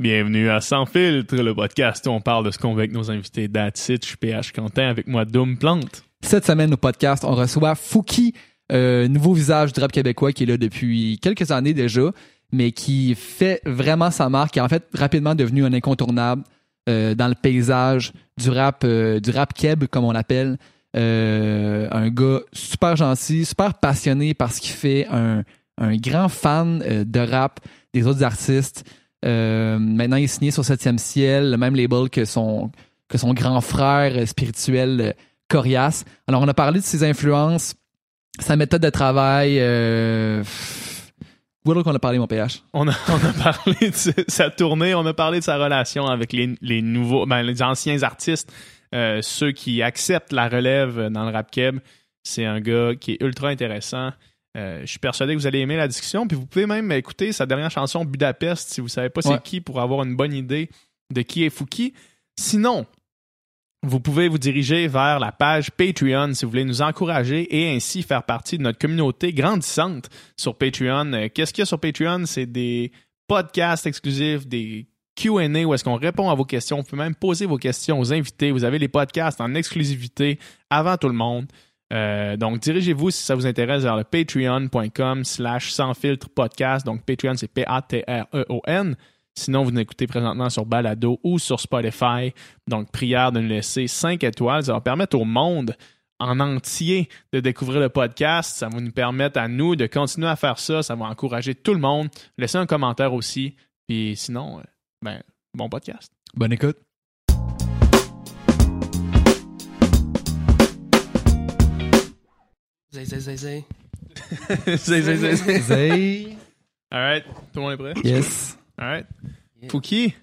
Bienvenue à Sans Filtre, le podcast où on parle de ce qu'on veut avec nos invités. That's it, je suis PH Quentin, avec moi Doom Plante. Cette semaine au podcast, on reçoit Fouki, nouveau visage du rap québécois qui est là depuis quelques années déjà, mais qui fait vraiment sa marque, qui est en fait rapidement devenu un incontournable dans le paysage du rap keb, comme on l'appelle. Un gars super gentil, super passionné par ce qu'il fait, un grand fan de rap des autres artistes. Maintenant, il est signé sur 7e Ciel, le même label que son grand frère spirituel, Corias. Alors, on a parlé de ses influences, sa méthode de travail. Où est-ce qu'on a parlé, mon PH? On a parlé de sa tournée, on a parlé de sa relation avec les nouveaux, les anciens artistes, ceux qui acceptent la relève dans le rap keb. C'est un gars qui est ultra intéressant. Je suis persuadé que vous allez aimer la discussion, puis vous pouvez même écouter sa dernière chanson Budapest si vous savez pas c'est qui, pour avoir une bonne idée de qui est Fouki. Sinon, vous pouvez vous diriger vers la page Patreon si vous voulez nous encourager et ainsi faire partie de notre communauté grandissante sur Patreon. Qu'est-ce qu'il y a sur Patreon? C'est des podcasts exclusifs, des Q&A où est-ce qu'on répond à vos questions. Vous pouvez même poser vos questions aux invités. Vous avez les podcasts en exclusivité avant tout le monde. Donc, dirigez-vous si ça vous intéresse vers le patreon.com/sansfiltrepodcast. Donc, Patreon, c'est Patreon. Sinon, vous nous écoutez présentement sur Balado ou sur Spotify. Donc, prière de nous laisser 5 étoiles. Ça va permettre au monde en entier de découvrir le podcast. Ça va nous permettre à nous de continuer à faire ça. Ça va encourager tout le monde. Laissez un commentaire aussi. Puis sinon, bon podcast. Bonne écoute. Zay. Zay. All right. Tout le monde est prêt? Yes. All right. Yeah. Fouki.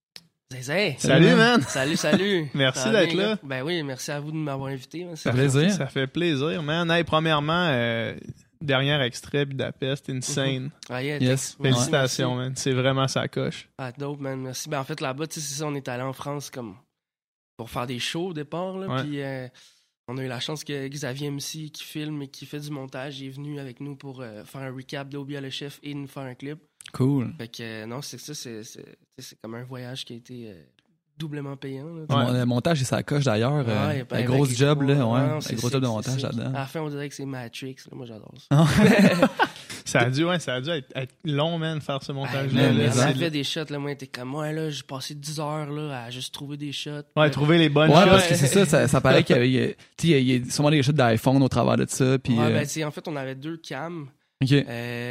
Zay. Salut, man. Salut. Merci Ça va d'être bien, là. Ben oui, merci à vous de m'avoir invité. Ça fait plaisir. Ça fait plaisir, man. Hey, premièrement, dernier extrait, Budapest, insane. Ah, yeah, Yes. Félicitations, merci. man. C'est vraiment sa coche. Ah, dope, man. Merci. Ben en fait, là-bas, tu sais, c'est ça, on est allé en France comme pour faire des shows au départ, là. Ouais. Puis on a eu la chance que Xavier MC, qui filme et qui fait du montage, il est venu avec nous pour faire un recap d'Obia le chef et nous faire un clip. Cool. Fait que non, c'est ça, c'est comme un voyage qui a été doublement payant. Là, Ouais. Le montage est sa coche d'ailleurs. Ouais, un gros avec job, là. ouais, Un c'est gros sick, job de c'est montage sick. là-dedans. À la fin, on dirait que c'est Matrix. Là. Moi, j'adore ça. Ça a dû être long, man, faire ce montage-là. man, là. On mais avait des shots, là, moi, t'es comme moi, là, j'ai passé 10 heures là, à juste trouver des shots. Ouais, trouver les bonnes Ouais, choses. parce que c'est ça paraît qu'il y a sûrement des chutes d'iPhone au travers de ça. Puis, Ouais, ben, en fait, on avait 2 cams. OK. Il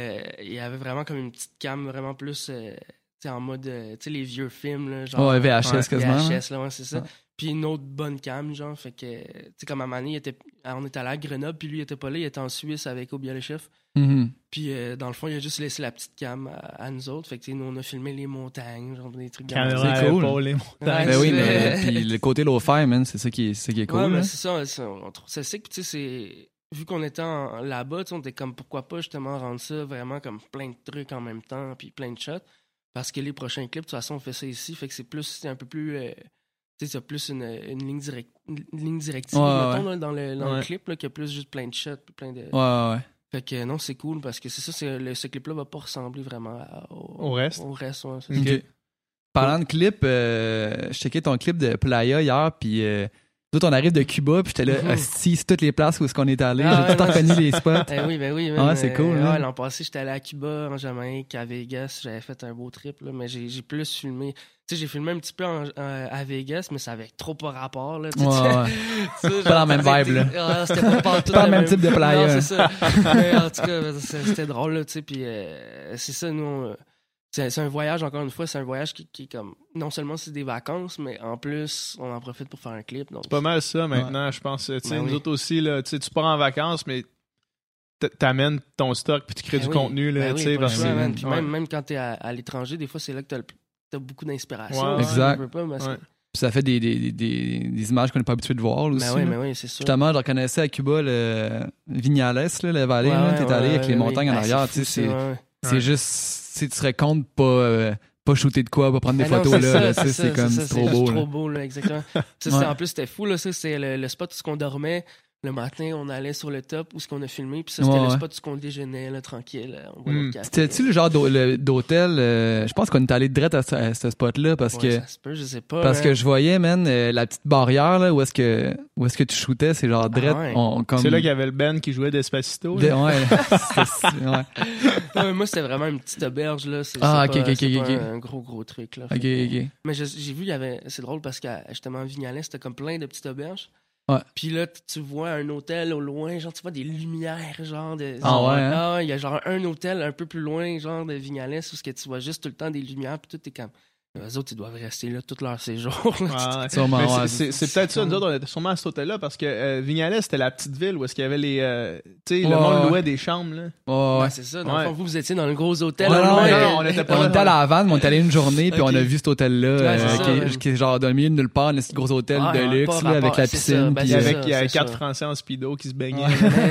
y avait vraiment comme une petite cam, vraiment plus, en mode, tu sais, les vieux films, là, genre. Ouais, VHS quasiment. VHS, là, ouais, c'est ça. Ouais. Puis une autre bonne cam, genre, fait que, tu sais, comme à Mané, on était allé à Grenoble, puis lui, il était pas là, il était en Suisse avec Obia le chef. Mhm. Puis, dans le fond, il a juste laissé la petite cam à nous autres. Fait que, tu sais, nous, on a filmé les montagnes, genre des trucs Caméra C'est à cool. l'épaule, les montagnes. Ben oui, c'est- mais puis le côté low-fi, man, c'est ça qui est cool. Ouais, mais là. c'est ça, on trouve ça sick. Puis, tu sais, vu qu'on était là-bas, tu sais, on était comme, pourquoi pas justement rendre ça vraiment comme plein de trucs en même temps, puis plein de shots. Parce que les prochains clips, de toute façon, on fait ça ici. Fait que c'est un peu plus. Tu sais, c'est plus une ligne directive, Ouais, mettons, là, dans le Ouais. clip, là, qu'il y a plus juste plein de shots, puis plein de. Ouais. Fait que non, c'est cool parce que c'est ça, ce clip-là va pas ressembler vraiment Au reste. Au reste, ouais. C'est OK. ça. Parlant de clip, je checkais ton clip de Playa hier, puis nous, on arrive de Cuba, puis j'étais là, hostie, c'est toutes les places où est-ce qu'on est allé. Ah, J'ai tout ouais, reconnu non, les spots. Ben oui. Ah, c'est cool, hein. L'an passé, j'étais allé à Cuba, en Jamaïque, à Vegas. J'avais fait un beau trip, là, mais j'ai plus filmé. Tu sais, j'ai filmé un petit peu à Vegas, mais ça avait trop pas rapport, là. Tu sais, Ouais. tu sais, Pas dans la même vibe, là. Ah, c'était pas partout Pas la le même type de playa. Non, c'est ça. Mais en tout cas, c'était drôle, là, tu sais, puis c'est ça, nous, c'est un voyage, encore une fois, c'est un voyage qui est comme, non seulement c'est des vacances, mais en plus, on en profite pour faire un clip. Donc, C'est pas mal ça maintenant, je pense. Tu sais, Ben nous oui. autres aussi, là, tu sais, tu pars en vacances, mais t'amènes ton stock puis tu crées Ben du oui. contenu, là, Ben tu oui, sais, pas parce le choix, que- man. Puis ouais. même quand t'es à l'étranger, des fois, c'est là que t'as beaucoup d'inspiration. Ouais, exact. Je veux pas, parce que- Ouais. Puis ça fait des images qu'on n'est pas habitué de voir là, aussi. Ben oui, là. mais oui, c'est sûr. Justement, je reconnaissais à Cuba le Vignales, là, la vallée, Ouais, là, ouais, t'es ouais, allé avec ouais, les ouais, montagnes en ouais. arrière, C'est tu sais, fou, ça, ouais. c'est Ouais. juste, tu te rends compte pas shooter de quoi, pas prendre des Ben non, photos c'est là, ça, tu sais, c'est comme, ça, c'est trop beau, trop là. beau, là, exactement. Ça, Ouais. en plus, c'était fou, là, ça, c'est le spot où on dormait. Le matin, on allait sur le top où ce qu'on a filmé, puis ça, c'était le spot où on déjeunait, là, tranquille. On boit notre café. C'était-tu le genre d'hôtel? Je pense qu'on est allé direct à ce spot-là parce que. Ça se peut, je sais pas. Parce que je voyais, man, la petite barrière, là, où est-ce que tu shootais, c'est genre direct. C'est là qu'il y avait le Ben qui jouait Despacito. Ouais. Ouais, moi, c'était vraiment une petite auberge, là. C'est pas un gros truc, là. Ok. Mais j'ai vu, c'est drôle parce que, justement, à Vignales, c'était comme plein de petites auberges. Ouais. Puis là, tu vois un hôtel au loin, genre, tu vois des lumières, genre de. Il y a genre un hôtel un peu plus loin, genre de Vignales, où ce que tu vois juste tout le temps des lumières, puis tout est comme. Eux autres, ils doivent rester là tout leur séjour. C'est peut-être ça. Nous autres, on était sûrement à cet hôtel-là parce que Vignales, c'était la petite ville où est-ce qu'il y avait les. Tu sais, le monde louait des chambres. Là. C'est ça. Dans le fond, vous étiez dans le gros hôtel. Non, on était à la Havane, mais on est allé une journée, puis on a vu cet hôtel-là, qui est genre dans le milieu de nulle part, un gros hôtel de luxe, là, avec la piscine. Il y avait 4 Français en speedo qui se baignaient.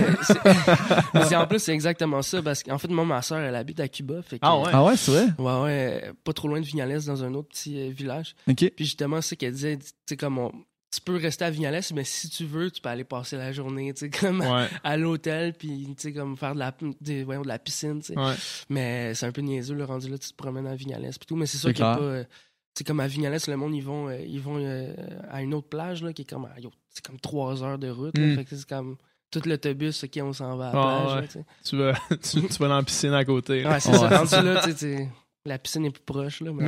En plus, c'est exactement ça. Parce qu'en fait, moi, ma soeur, elle habite à Cuba. Ah ouais, c'est vrai? Ouais. Pas trop loin de Vignales, dans un autre petit village. Okay. Puis justement, c'est qu'elle disait, tu sais, comme tu peux rester à Vignales, mais si tu veux, tu peux aller passer la journée, tu sais, comme à l'hôtel, puis tu sais, comme faire de la piscine, tu sais. Ouais. Mais c'est un peu niaiseux, le rendu là, tu te promènes à Vignales, puis tout. Mais c'est sûr qu'il n'y a pas. C'est comme à Vignales, le monde, ils vont à une autre plage, là, qui est comme, c'est comme 3 heures de route, là, fait que c'est comme. Tout l'autobus, on s'en va à la plage. Là, tu vas dans la piscine à côté. Ouais, c'est ça. Rendu là, tu sais. La piscine est plus proche, là.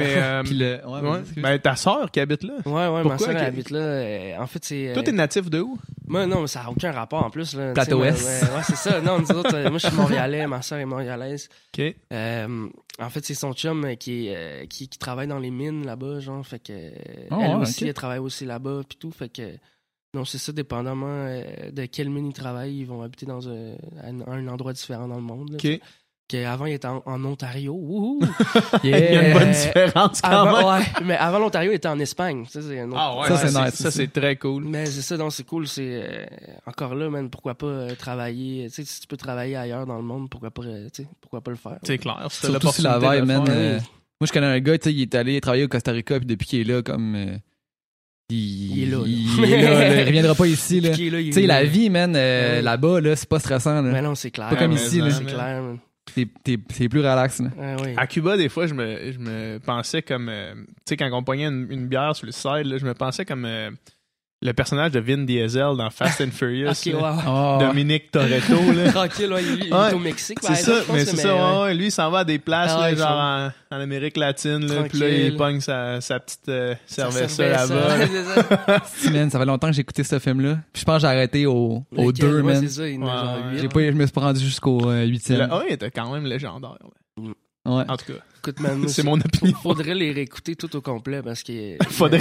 Mais ta sœur qui habite là. Ouais, ma sœur elle habite là. En fait, c'est. Toi, t'es natif de où? Moi, non, mais ça n'a aucun rapport en plus. Là, Plateau Ouest. Ouais, c'est ça. Non, nous autres, moi, je suis montréalais, ma sœur est montréalaise. OK. En fait, c'est son chum qui travaille dans les mines là-bas, genre. Fait que. Elle aussi, elle travaille aussi là-bas, puis tout. Fait que. Non, c'est ça, dépendamment de quelle mine ils travaillent, ils vont habiter dans un endroit différent dans le monde. Là, OK. Avant, il était en Ontario. Wouhou! Il y a une bonne différence quand même. Ouais, mais avant l'Ontario, il était en Espagne. Ça, c'est c'est nice. Ça, c'est très cool. Mais c'est ça, donc c'est cool. C'est encore là, man, pourquoi pas travailler. Tu sais, si tu peux travailler ailleurs dans le monde, pourquoi pas le faire? C'est clair. Surtout si la vibe, man. Moi, je connais un gars, tu sais, il est allé travailler au Costa Rica, puis depuis qu'il est là, comme... Il est là. Il reviendra pas ici. Tu sais, la vie, man, là-bas, là, c'est pas stressant. Là. Mais non, c'est clair. Pas comme ici. Là. C'est clair, man. C'est plus relax. Là. Oui. À Cuba, des fois, je me pensais comme... tu sais, quand on pognait une bière sur le side, là, je me pensais comme... le personnage de Vin Diesel dans Fast and Furious. Okay, wow. Dominique Toretto. Là. Tranquille, il est au Mexique. C'est ça, mais c'est ça. Lui, il s'en va à des places, là, genre en Amérique latine. Là, puis là, il pogne sa petite cerveza là-bas. Man, ça fait longtemps que j'ai écouté ce film-là. Puis je pense que j'ai arrêté au 2, man. C'est ça, il y en a genre 8. Je me suis pas rendu jusqu'au 8e. Le 1 était quand même légendaire. Ouais. En tout cas. Écoute, man, c'est mon opinion. Faudrait les réécouter tout au complet parce que. Faudrait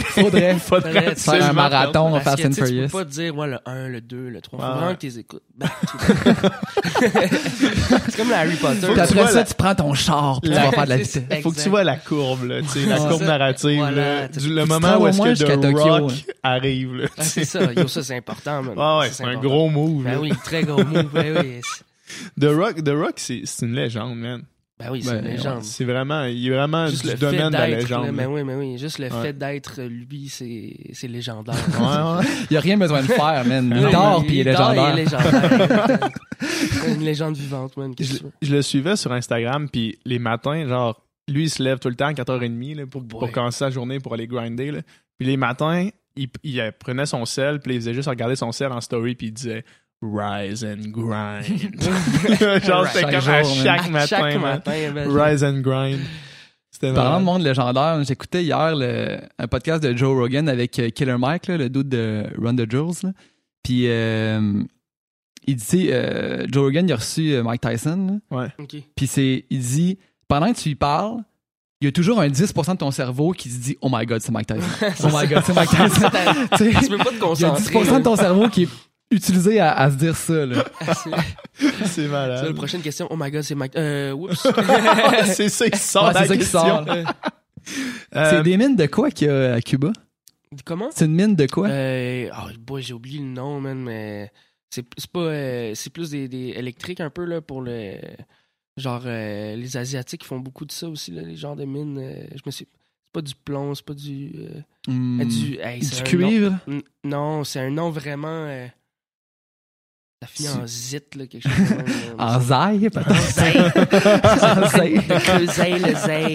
faire un marathon Fast and Furious. Tu peux pas te dire, le 1, le 2, le 3. Faut vraiment que tu les écoutes. C'est comme le Harry Potter. Puis après ça, tu prends ton char puis tu vas faire de la vitesse. Faut que tu vois la courbe, là, tu sais, la courbe narrative, voilà, le moment où est-ce que The Rock arrive, là. C'est ça. Ça, c'est important, man. Ouais, c'est un gros move. Ben oui, très gros move. Ben oui. The Rock, c'est une légende, man. Ben oui, c'est une légende. C'est vraiment, il est vraiment juste du domaine de la légende. Mais oui, juste le fait d'être lui, c'est légendaire. Il n'y a rien besoin de faire, man. Il dort puis il est légendaire. Une légende vivante, man. Je le suivais sur Instagram, puis les matins, genre, lui, il se lève tout le temps à 4h30 là, pour commencer sa journée, pour aller grinder. Là. Puis les matins, il prenait son sel, puis il faisait juste regarder son sel en story, puis il disait Rise and grind. Genre, c'était comme à chaque matin. Rise and grind. Parlant de monde légendaire, j'écoutais hier un podcast de Joe Rogan avec Killer Mike, là, le dude de Run the Jewels. Là. Puis il dit, Joe Rogan, il a reçu Mike Tyson. Là. Ouais. Okay. Puis il dit, pendant que tu lui parles, il y a toujours un 10% de ton cerveau qui se dit « Oh my God, c'est Mike Tyson. Oh my God, c'est Mike Tyson. » Tu peux pas te concentrer. Il y a 10% de ton cerveau qui est utilisé à se dire ça. Là. C'est malade. C'est la prochaine question. Oh my God, c'est Mike... Oups. C'est ça qui sort la question. C'est des mines de quoi qu'il y a à Cuba? Comment? C'est une mine de quoi? J'ai oublié le nom, man, mais c'est pas... c'est plus des électriques un peu, là, pour le... Genre, les Asiatiques font beaucoup de ça aussi, là, les genres de mines. C'est pas du plomb, c'est pas du... du cuivre? Non, c'est un nom vraiment... Ça finit en zit, là, quelque chose de même. En zaï, peut-être. En zay. En zaï. Le zay.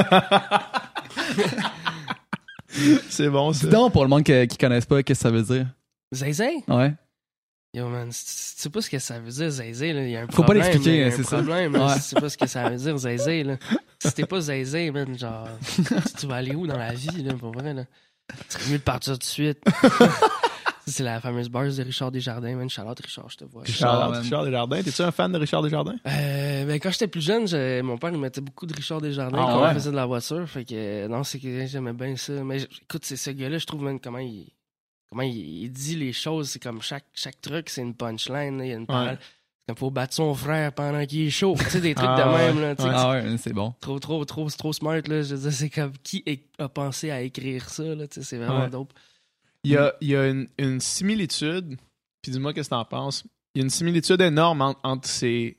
C'est bon, ça. Dis donc, pour le monde qui connaisse pas, qu'est-ce que ça veut dire? Zay? Ouais. Yo, man, tu sais pas ce que ça veut dire, zay, là. Il y a un Faut pas problème. l'expliquer, là, il y a c'est un ça. problème, là, Ouais. si tu sais pas ce que ça veut dire, zay, là. Si t'es pas zay, man, genre, tu vas aller où dans la vie, là, pour vrai, là? Tu serais mieux de partir tout de suite. C'est la fameuse base de Richard Desjardins, man. Charlotte Richard, je te vois. Richard Desjardins. T'es-tu un fan de Richard Desjardins? Ben, quand j'étais plus jeune, mon père il mettait beaucoup de Richard Desjardins Ah quand ouais? on faisait de la voiture. Fait que non, c'est que j'aimais bien ça. Mais écoute, c'est ce gars-là, je trouve même comment il dit les choses. C'est comme chaque truc, c'est une punchline. Là. Il y a une parole. C'est comme faut battre son frère pendant qu'il est chaud. Tu sais, des trucs de même. Là, tu sais, Ah ouais, c'est bon. trop smart. Là. Je veux dire, c'est comme qui a pensé à écrire ça. Là, tu sais, c'est vraiment dope. Il y a une similitude, puis dis-moi qu'est-ce que t'en penses. Il y a une similitude énorme entre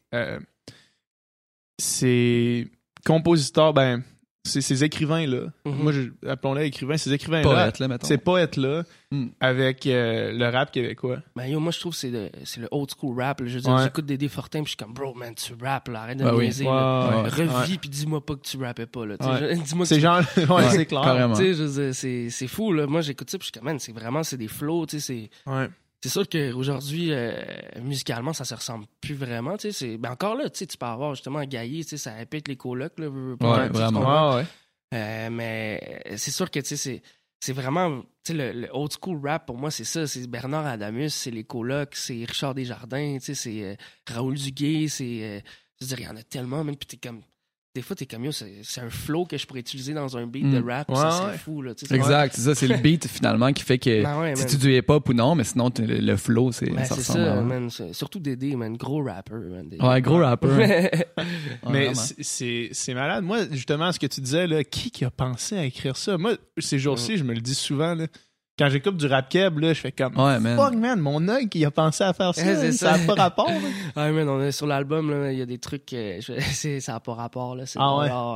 ces compositeurs, ces écrivains-là. Moi, appelons-les écrivains, ces écrivains-là. Poète, là, mettons. Ces poètes-là, avec le rap québécois. Ben yo, moi je trouve que c'est le old school rap. Là. Je veux dire, j'écoute Dédé Fortin puis je suis comme bro man, tu rappes là, arrête de me niaiser. Revis puis dis-moi pas que tu rappais pas là. Dis-moi que c'est genre c'est clair. Carrément. Tu sais, je veux dire, c'est fou là. Moi j'écoute ça puis je suis comme man, c'est des flows, tu sais, c'est sûr qu'aujourd'hui, musicalement, ça se ressemble plus vraiment. Tu sais, encore là, tu sais, tu peux avoir justement Gaillé, tu sais, ça répète les colocs. Là, ouais, vraiment. Mais c'est sûr que, tu sais, c'est vraiment, tu sais, le old school rap, pour moi, c'est ça. C'est Bernard Adamus, c'est les colocs, c'est Richard Desjardins, tu sais, c'est Raoul Duguay, c'est... je veux dire, il y en a tellement, même, puis t'es comme... Des fois, t'es comme, yo, c'est un flow que je pourrais utiliser dans un beat de rap, ça serait fou, là. Exact, c'est ça, c'est le beat, finalement, qui fait que si tu du hip-hop ou non, mais sinon, le flow, ça ressemble ça, man. Surtout Dédé, man. Gros rapper, man. Dédé. Ouais, gros rapper. Mais c'est malade. Moi, justement, ce que tu disais, là, qui a pensé à écrire ça? Moi, ces jours-ci, je me le dis souvent, là. Quand j'écoute du rap keb, là, je fais comme fuck man, mon œil qui a pensé à faire ça, ça n'a pas rapport. Là. Ouais man, on est sur l'album, là, il y a des trucs ça n'a pas rapport là. C'est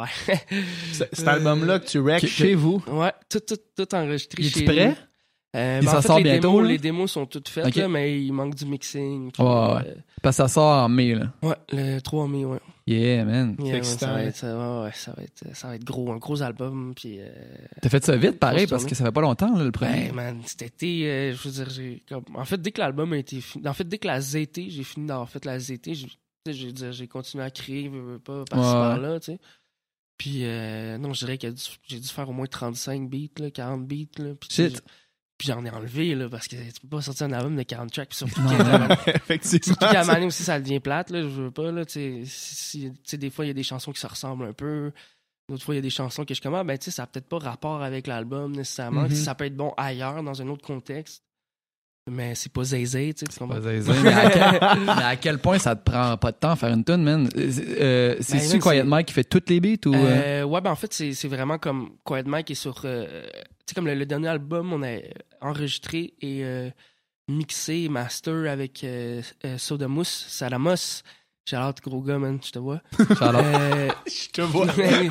cet album-là que tu wreck chez vous. Ouais, tout enregistré chez nous. Es-tu prêt? Il s'en sort bientôt. Les démos sont toutes faites, là, mais il manque du mixing. Puis, Parce que ça sort en mai, là. Ouais, le 3 mai, ouais. Yeah, man. Yeah, man, ça va être gros, un gros album. Puis, t'as fait ça vite, pareil, parce que ça fait pas longtemps, là, le premier. Ben, man, cet été, je veux dire, en fait, dès que l'album a été fini, en fait, dès que la ZT, j'ai fini d'avoir fait la ZT, j'ai continué à créer, pas par-ci par-là, tu sais. Puis, non, je dirais que j'ai dû faire au moins 35 beats, là, 40 beats, là. Puis j'en ai enlevé, là, parce que tu peux pas sortir un album de 40 tracks. Surtout effectivement. qu'à un moment donné aussi, ça devient plate, là, je veux pas, là, tu sais, des fois, il y a des chansons qui se ressemblent un peu. D'autres fois, il y a des chansons que je commence, ben, tu sais, ça n'a peut-être pas rapport avec l'album, nécessairement. Ça peut être bon ailleurs, dans un autre contexte. Mais c'est pas zézé, tu sais. Mais à quel point ça te prend pas de temps à faire une tune, man? C'est-tu Quiet Mike qui fait toutes les beats ou... Ouais, ben en fait, c'est vraiment comme Quiet Mike est sur... tu sais, comme le dernier album, on a enregistré et mixé, master avec Sodamous, Salamos. Shout-out, gros gars, man, je te vois. Je te vois.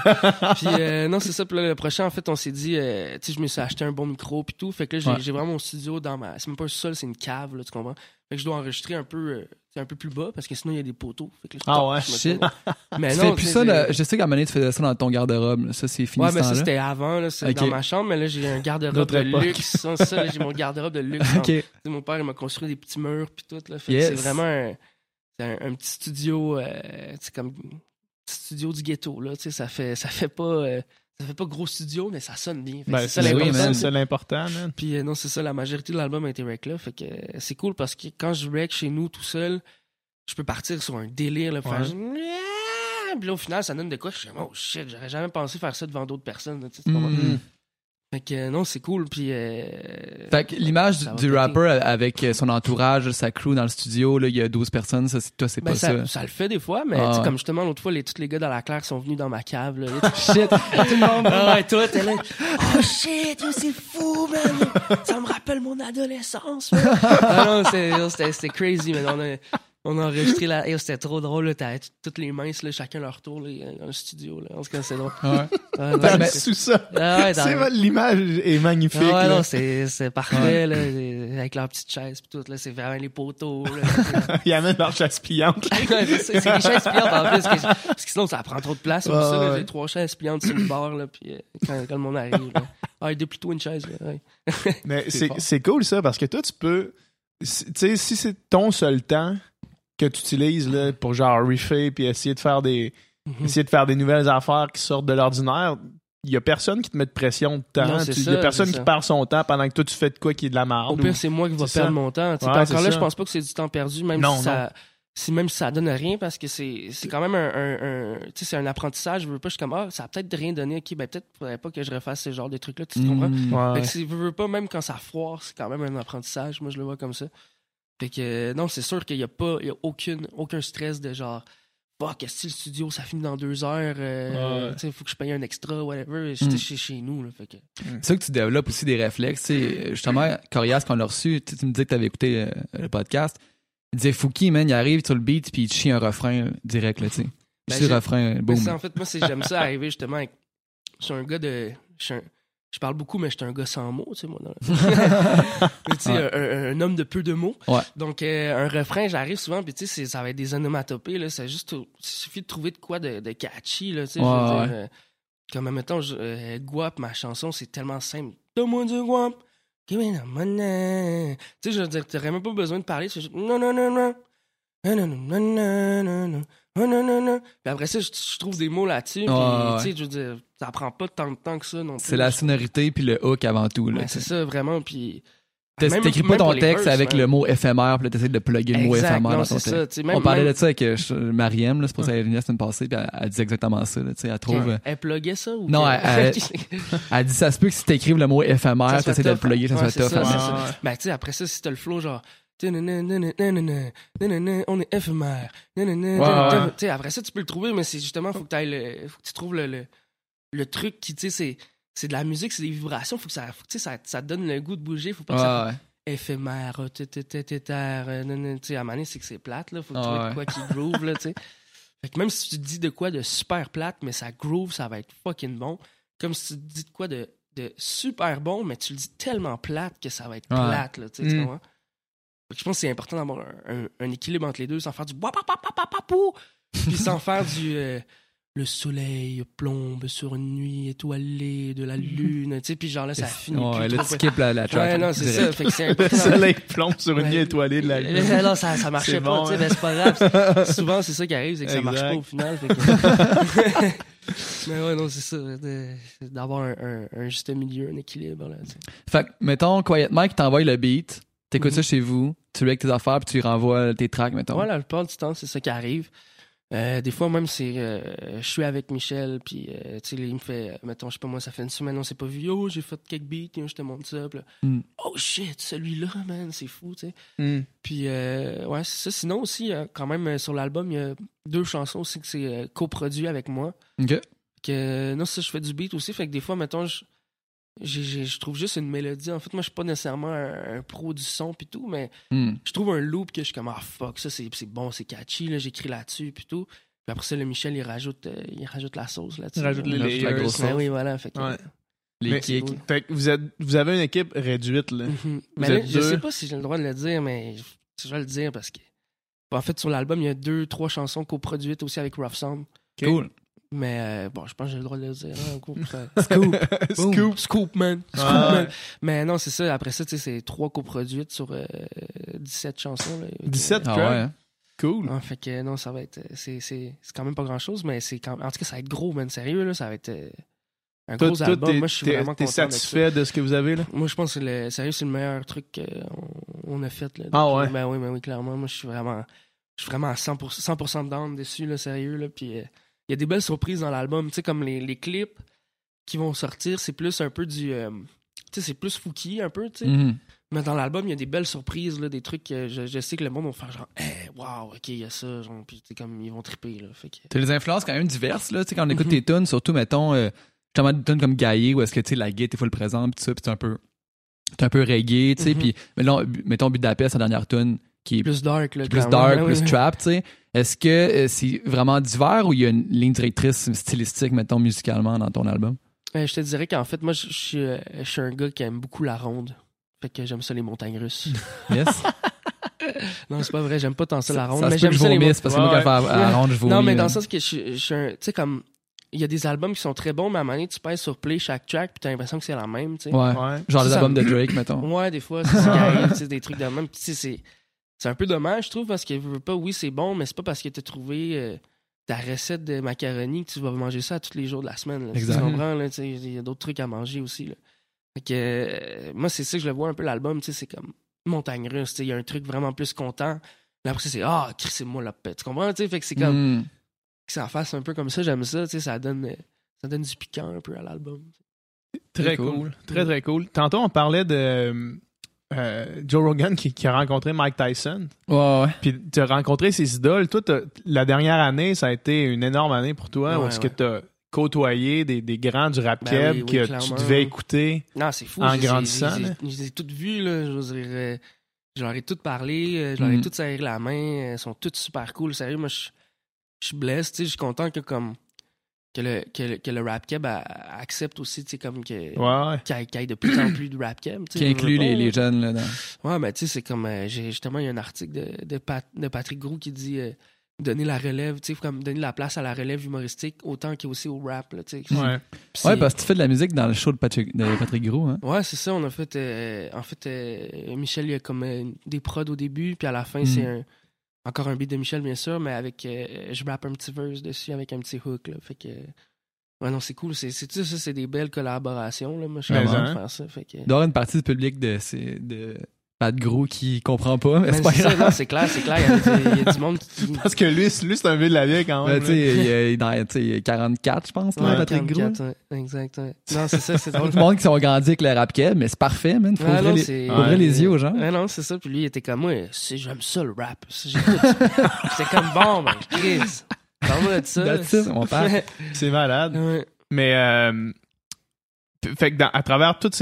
Puis non, c'est ça. Puis là, le prochain, en fait, on s'est dit, tu sais, je me suis acheté un bon micro puis tout. Fait que là, j'ai vraiment mon studio dans ma... C'est même pas un sol, c'est une cave, là, tu comprends? Fait que je dois enregistrer un peu plus bas parce que sinon, il y a des poteaux. Fait que là, shit. Mais tu non, fais plus ça, là, je sais qu'à un moment donné, tu faisais ça dans ton garde-robe. Ça, c'est fini. Ouais, mais ça, c'était avant, là, c'est dans ma chambre. Mais là, j'ai un garde-robe de luxe. Ça, là, j'ai mon garde-robe de luxe. Mon père, il m'a construit des petits murs puis tout. Là. Fait que c'est vraiment un petit studio, c'est comme un petit studio du ghetto, là, tu sais, ça fait pas gros studio, mais ça sonne bien. Ben, c'est ça l'important, man. Puis non, c'est ça, la majorité de l'album a été rec là, fait que c'est cool parce que quand je rec chez nous tout seul, je peux partir sur un délire, là, faire puis là, au final, ça donne de quoi, je suis oh shit, j'aurais jamais pensé faire ça devant d'autres personnes, tu sais, Fait que non, c'est cool. Puis, fait que l'image du rapper avec son entourage, sa crew dans le studio, là, il y a 12 personnes, ça, toi, c'est pas ça. Ça le fait des fois, mais comme justement, l'autre fois, tous les gars dans la claire sont venus dans ma cave. Là, shit! Tout le monde! Ouais, toi, t'es là. Oh shit, c'est fou, man! Ça me rappelle mon adolescence, man! Non, c'était crazy, man. On a enregistré c'était trop drôle, là. T'as toutes les minces, là, chacun leur tour, là, dans le studio, là. En tout cas, c'est drôle. Ouais. Ben, sous ça. L'image est magnifique. Ah ouais, là. non, c'est parfait, là, avec leur petite chaise pis tout, là, c'est vraiment les poteaux, là. Il y a même leur chaise pliante. c'est des chaises pliantes en plus, parce que sinon ça prend trop de place. Comme ça, là, j'ai 3 chaises pliantes sur le bord, là, puis quand le monde arrive, là. Ah, déplie-toi une chaise, là. Ouais. Mais c'est cool ça, parce que toi, tu peux. Tu sais, si c'est ton seul temps que tu utilises là, pour genre refaire puis essayer de faire des nouvelles affaires qui sortent de l'ordinaire, il y a personne qui te met de pression de temps. Il y a personne qui perd son temps pendant que toi tu fais de quoi qui est de la merde. Au pire, c'est moi qui va perdre mon temps. Ouais, encore là, je pense pas que c'est du temps perdu, même non, si ça donne rien, parce que c'est quand même c'est un apprentissage. Je veux pas, je suis comme, ça a peut-être rien donné. Ok, ben peut-être faudrait pas que je refasse ce genre de trucs-là, tu comprends? Fait que si je veux pas, même quand ça foire, c'est quand même un apprentissage. Moi, je le vois comme ça. Fait que non, c'est sûr qu'il y a aucun stress de genre, fuck, est-ce que le studio, ça finit dans 2 heures, il faut que je paye un extra, whatever. J'étais chez nous, là, fait que... C'est ça que tu développes aussi des réflexes. Justement, Corias, quand on l'a reçu, tu me disais que tu avais écouté le podcast. Il disait Fouki, man, il arrive sur le beat puis il te chie un refrain direct, là, tu sais. Le refrain, boum. En fait, moi, j'aime ça arriver justement avec... Je suis un gars de... Je parle beaucoup, mais je suis un gars sans mots, tu sais, moi. Tu sais, un homme de peu de mots. Ouais. Donc, un refrain, j'arrive souvent, puis tu sais, ça va être des onomatopées, là. Il suffit de trouver de quoi de catchy, là, tu sais. Je veux dire, comme, mettons, Guap, ma chanson, c'est tellement simple. Donne-moi du Guap. Give me the money. Tu sais, je veux dire, t'aurais même pas besoin de parler, c'est juste non, non, non, non. Non, non, non, non, non, non. Oh non, non, non. Puis après ça, je trouve des mots là-dessus. Puis, tu sais, je veux dire, ça prend pas tant de temps que ça non plus. C'est la sonorité puis le hook avant tout. Là, c'est ça, vraiment. Puis. T'écris pas ton texte avec le mot éphémère, puis là, t'essaies de plugger le mot éphémère dans ton texte. On parlait de ça avec Mariem, c'est pour ça qu'elle venait la semaine passée, puis elle disait exactement ça. Là, elle trouve. Elle pluguait ça ou non, elle dit ça se peut que si t'écrives le mot éphémère, t'essaies de le plugger, ça soit tough. Ben, tu sais, après ça, si t'as le flow, genre. On est éphémère. Après ça, tu peux le trouver, mais c'est justement, faut que tu trouves le truc qui, tu sais, c'est de la musique, c'est des vibrations, faut que ça te donne le goût de bouger, faut pas que ça éphémère, tu sais, à un moment donné, c'est que c'est plate, là, faut que tu trouves de quoi qui groove, là, tu sais. Fait que même si tu dis de quoi de super plate, mais ça groove, ça va être fucking bon. Comme si tu dis de quoi de super bon, mais tu le dis tellement plate que ça va être plate, là, tu sais, tu comprends? Je pense que c'est important d'avoir un équilibre entre les deux, sans faire du wapapapapapapou, puis sans faire du le soleil plombe sur une nuit étoilée de la lune, tu sais, puis genre là ça finit plus. Là tu skippes la track. Ouais, non, c'est ça, fait que c'est important. Le soleil plombe sur une nuit étoilée de la lune. Non, ça marchait pas, tu sais, mais c'est pas grave. Souvent c'est ça qui arrive, c'est que ça marche pas au final. Fait que... Mais ouais, non, c'est ça, d'avoir un juste milieu, un équilibre là. T'sais. Fait que mettons Quiet Mike t'envoie le beat. T'écoutes ça chez vous, tu règles tes affaires, puis tu renvoies tes tracks, mettons. Ouais, la plupart du temps, c'est ça qui arrive. Des fois, même, je suis avec Michel, puis tu sais, il me fait, mettons, je sais pas moi, ça fait une semaine, on s'est pas vu. Oh, j'ai fait quelques beats, je te montre ça. Puis là, oh shit, celui-là, man, c'est fou, tu sais. Puis, ouais, c'est ça. Sinon, aussi, quand même, sur l'album, il y a 2 chansons aussi que c'est coproduit avec moi. OK. Non, ça, je fais du beat aussi, fait que des fois, mettons, je trouve juste une mélodie. En fait, moi, je suis pas nécessairement un pro du son pis tout, mais je trouve un loop que je suis comme, fuck, ça, c'est bon, c'est catchy, là, j'écris là-dessus pis tout. Puis après ça, le Michel, il rajoute la sauce là-dessus. Il rajoute la grosse sauce. Oui, voilà. Fait que, les kicks. Cool. Fait que vous avez une équipe réduite, là. Mais là, je sais pas si j'ai le droit de le dire, mais je vais le dire parce que, en fait, sur l'album, il y a 2-3 chansons coproduites aussi avec Rough Sound. Cool. Mais bon, je pense que j'ai le droit de le dire. Scoop. Scoop, man. Man. Mais non, c'est ça. Après ça, tu sais, c'est 3 coproduites sur 17 chansons. Là, 17 Ah ouais. Hein? Cool. Fait que non, ça va être. C'est quand même pas grand-chose, mais en tout cas, ça va être gros, man. Sérieux, là, ça va être un gros album. Moi, je suis vraiment content. T'es satisfait de ce que vous avez, là? Moi, je pense que sérieux, c'est le meilleur truc qu'on a fait. Là, ah ouais? Ben oui, clairement. Moi, je suis vraiment à 100% down dessus, là, sérieux. Là, puis il y a des belles surprises dans l'album. Tu sais, comme les clips qui vont sortir, c'est plus un peu du... tu sais, c'est plus Fouki, un peu, tu sais. Mais dans l'album, il y a des belles surprises, là, des trucs que je sais que le monde va faire genre « Hey, wow, OK, il y a ça. » Genre, puis comme ils vont triper, là. Fait que... T'as des influences quand même diverses, là. Tu sais, quand on écoute tes tunes, surtout, mettons, justement, des tunes comme Gaillé, où est-ce que, tu sais, la guitare, il faut le présent, puis tout ça, puis t'es un peu reggae, tu sais. Puis, mettons, Budapest, la dernière tune, qui est Plus dark, là. plus clairement. dark, Ouais, plus ouais. trap, tu sais. Est-ce que c'est vraiment divers ou il y a une ligne directrice stylistique, mettons, musicalement dans ton album? Je te dirais qu'en fait, moi, je suis un gars qui aime beaucoup la ronde. Fait que j'aime ça les montagnes russes. Yes? Non, c'est pas vrai, j'aime pas tant ça la ronde. Ça mais se peut j'aime que je ça les vomisse parce que moi, quand je fais à la ronde, je vomis. Non, mais dans là. le sens que je suis un. Tu sais, comme. Il y a des albums qui sont très bons, mais à un moment donné, tu pèses sur play chaque track, puis t'as l'impression que c'est la même, tu sais. Ouais. Ouais. Genre les Ça, albums ça- de Drake, mettons. Ouais, des fois, c'est ça qui arrive, tu sais, des trucs de même. Puis, tu sais, c'est un peu dommage, je trouve, parce que je veux pas, oui, c'est bon, mais c'est pas parce que t'as trouvé ta recette de macaroni que tu vas manger ça tous les jours de la semaine. Là. Exact. Tu comprends, là, tu sais, il y a d'autres trucs à manger aussi, là. Fait que, moi, c'est ça que je le vois un peu, l'album, tu sais, c'est comme montagne russe, tu sais, il y a un truc vraiment plus content. Là, après, c'est crissez-moi la pète. Tu comprends, tu sais, fait que c'est comme, Mm. que ça en fasse un peu comme ça, j'aime ça, tu sais, ça donne du piquant un peu à l'album. Très C'est cool. cool. Très, très cool. Tantôt, on parlait de Joe Rogan qui a rencontré Mike Tyson. Ouais. Puis tu as rencontré ses idoles. Toi, la dernière année, ça a été une énorme année pour toi. Ouais, Où est-ce ouais. que tu as côtoyé des grands du rap Ben keb oui, oui, que tu clairement. devais écouter? Non, c'est fou. En je les ai- grandissant, Je là. les ai toutes vues, là. Je veux dire, je leur ai toutes parlé, je leur ai Mm. toutes serré la main. Elles sont toutes super cool. Sérieux, moi, je suis blessé. Tu sais, je suis content que le rap keb accepte aussi, tu sais, comme que. Ouais. Qu'il y ait de plus en plus de rap keb. tu sais, Qui je veux inclut pas, les jeunes là-dedans. Ouais, mais tu sais, c'est comme. Justement, il y a un article de Patrick Groux qui dit donner la relève, tu sais, comme donner la place à la relève humoristique autant qu'aussi au rap, là, tu sais. Ouais. Puis c'est- Ouais, parce que tu fais de la musique dans le show de Patrick Groux, hein? Ouais, c'est ça. On a fait. Michel, il y a comme des prods au début, puis à la fin, Mm. c'est encore un beat de Michel, bien sûr, mais avec. Je rappe un petit verse dessus avec un petit hook, là. Fait que. Ouais, non, c'est cool. Tu sais, ça, c'est des belles collaborations, là. Moi, je suis Mais content de hein. faire ça. Fait que. Il doit y avoir une partie du public de Pat Groux qui comprend pas, mais Mais c'est pas c'est ça, grave. non, c'est clair. Il y a du monde qui. Parce que lui c'est un vieux de la vieille quand Ben, même. tu sais, il y a, tu sais, 44, je pense, là, Ouais, Patrick Groux. 44, ouais, exact, ouais. Non, c'est ça, c'est Tout drôle. le monde qui sont grandis avec le rap keb, mais c'est parfait, man. Faut Ouais, ouvrir, non, les, c'est- faut ouvrir Ouais. les yeux aux gens. Ouais, non, c'est ça. Puis lui, il était comme moi, j'aime ça le rap. J'étais comme bon, ben, Chris. Parle-moi de ça. That's it, on parle. C'est malade. Ouais. Mais fait que à travers toutes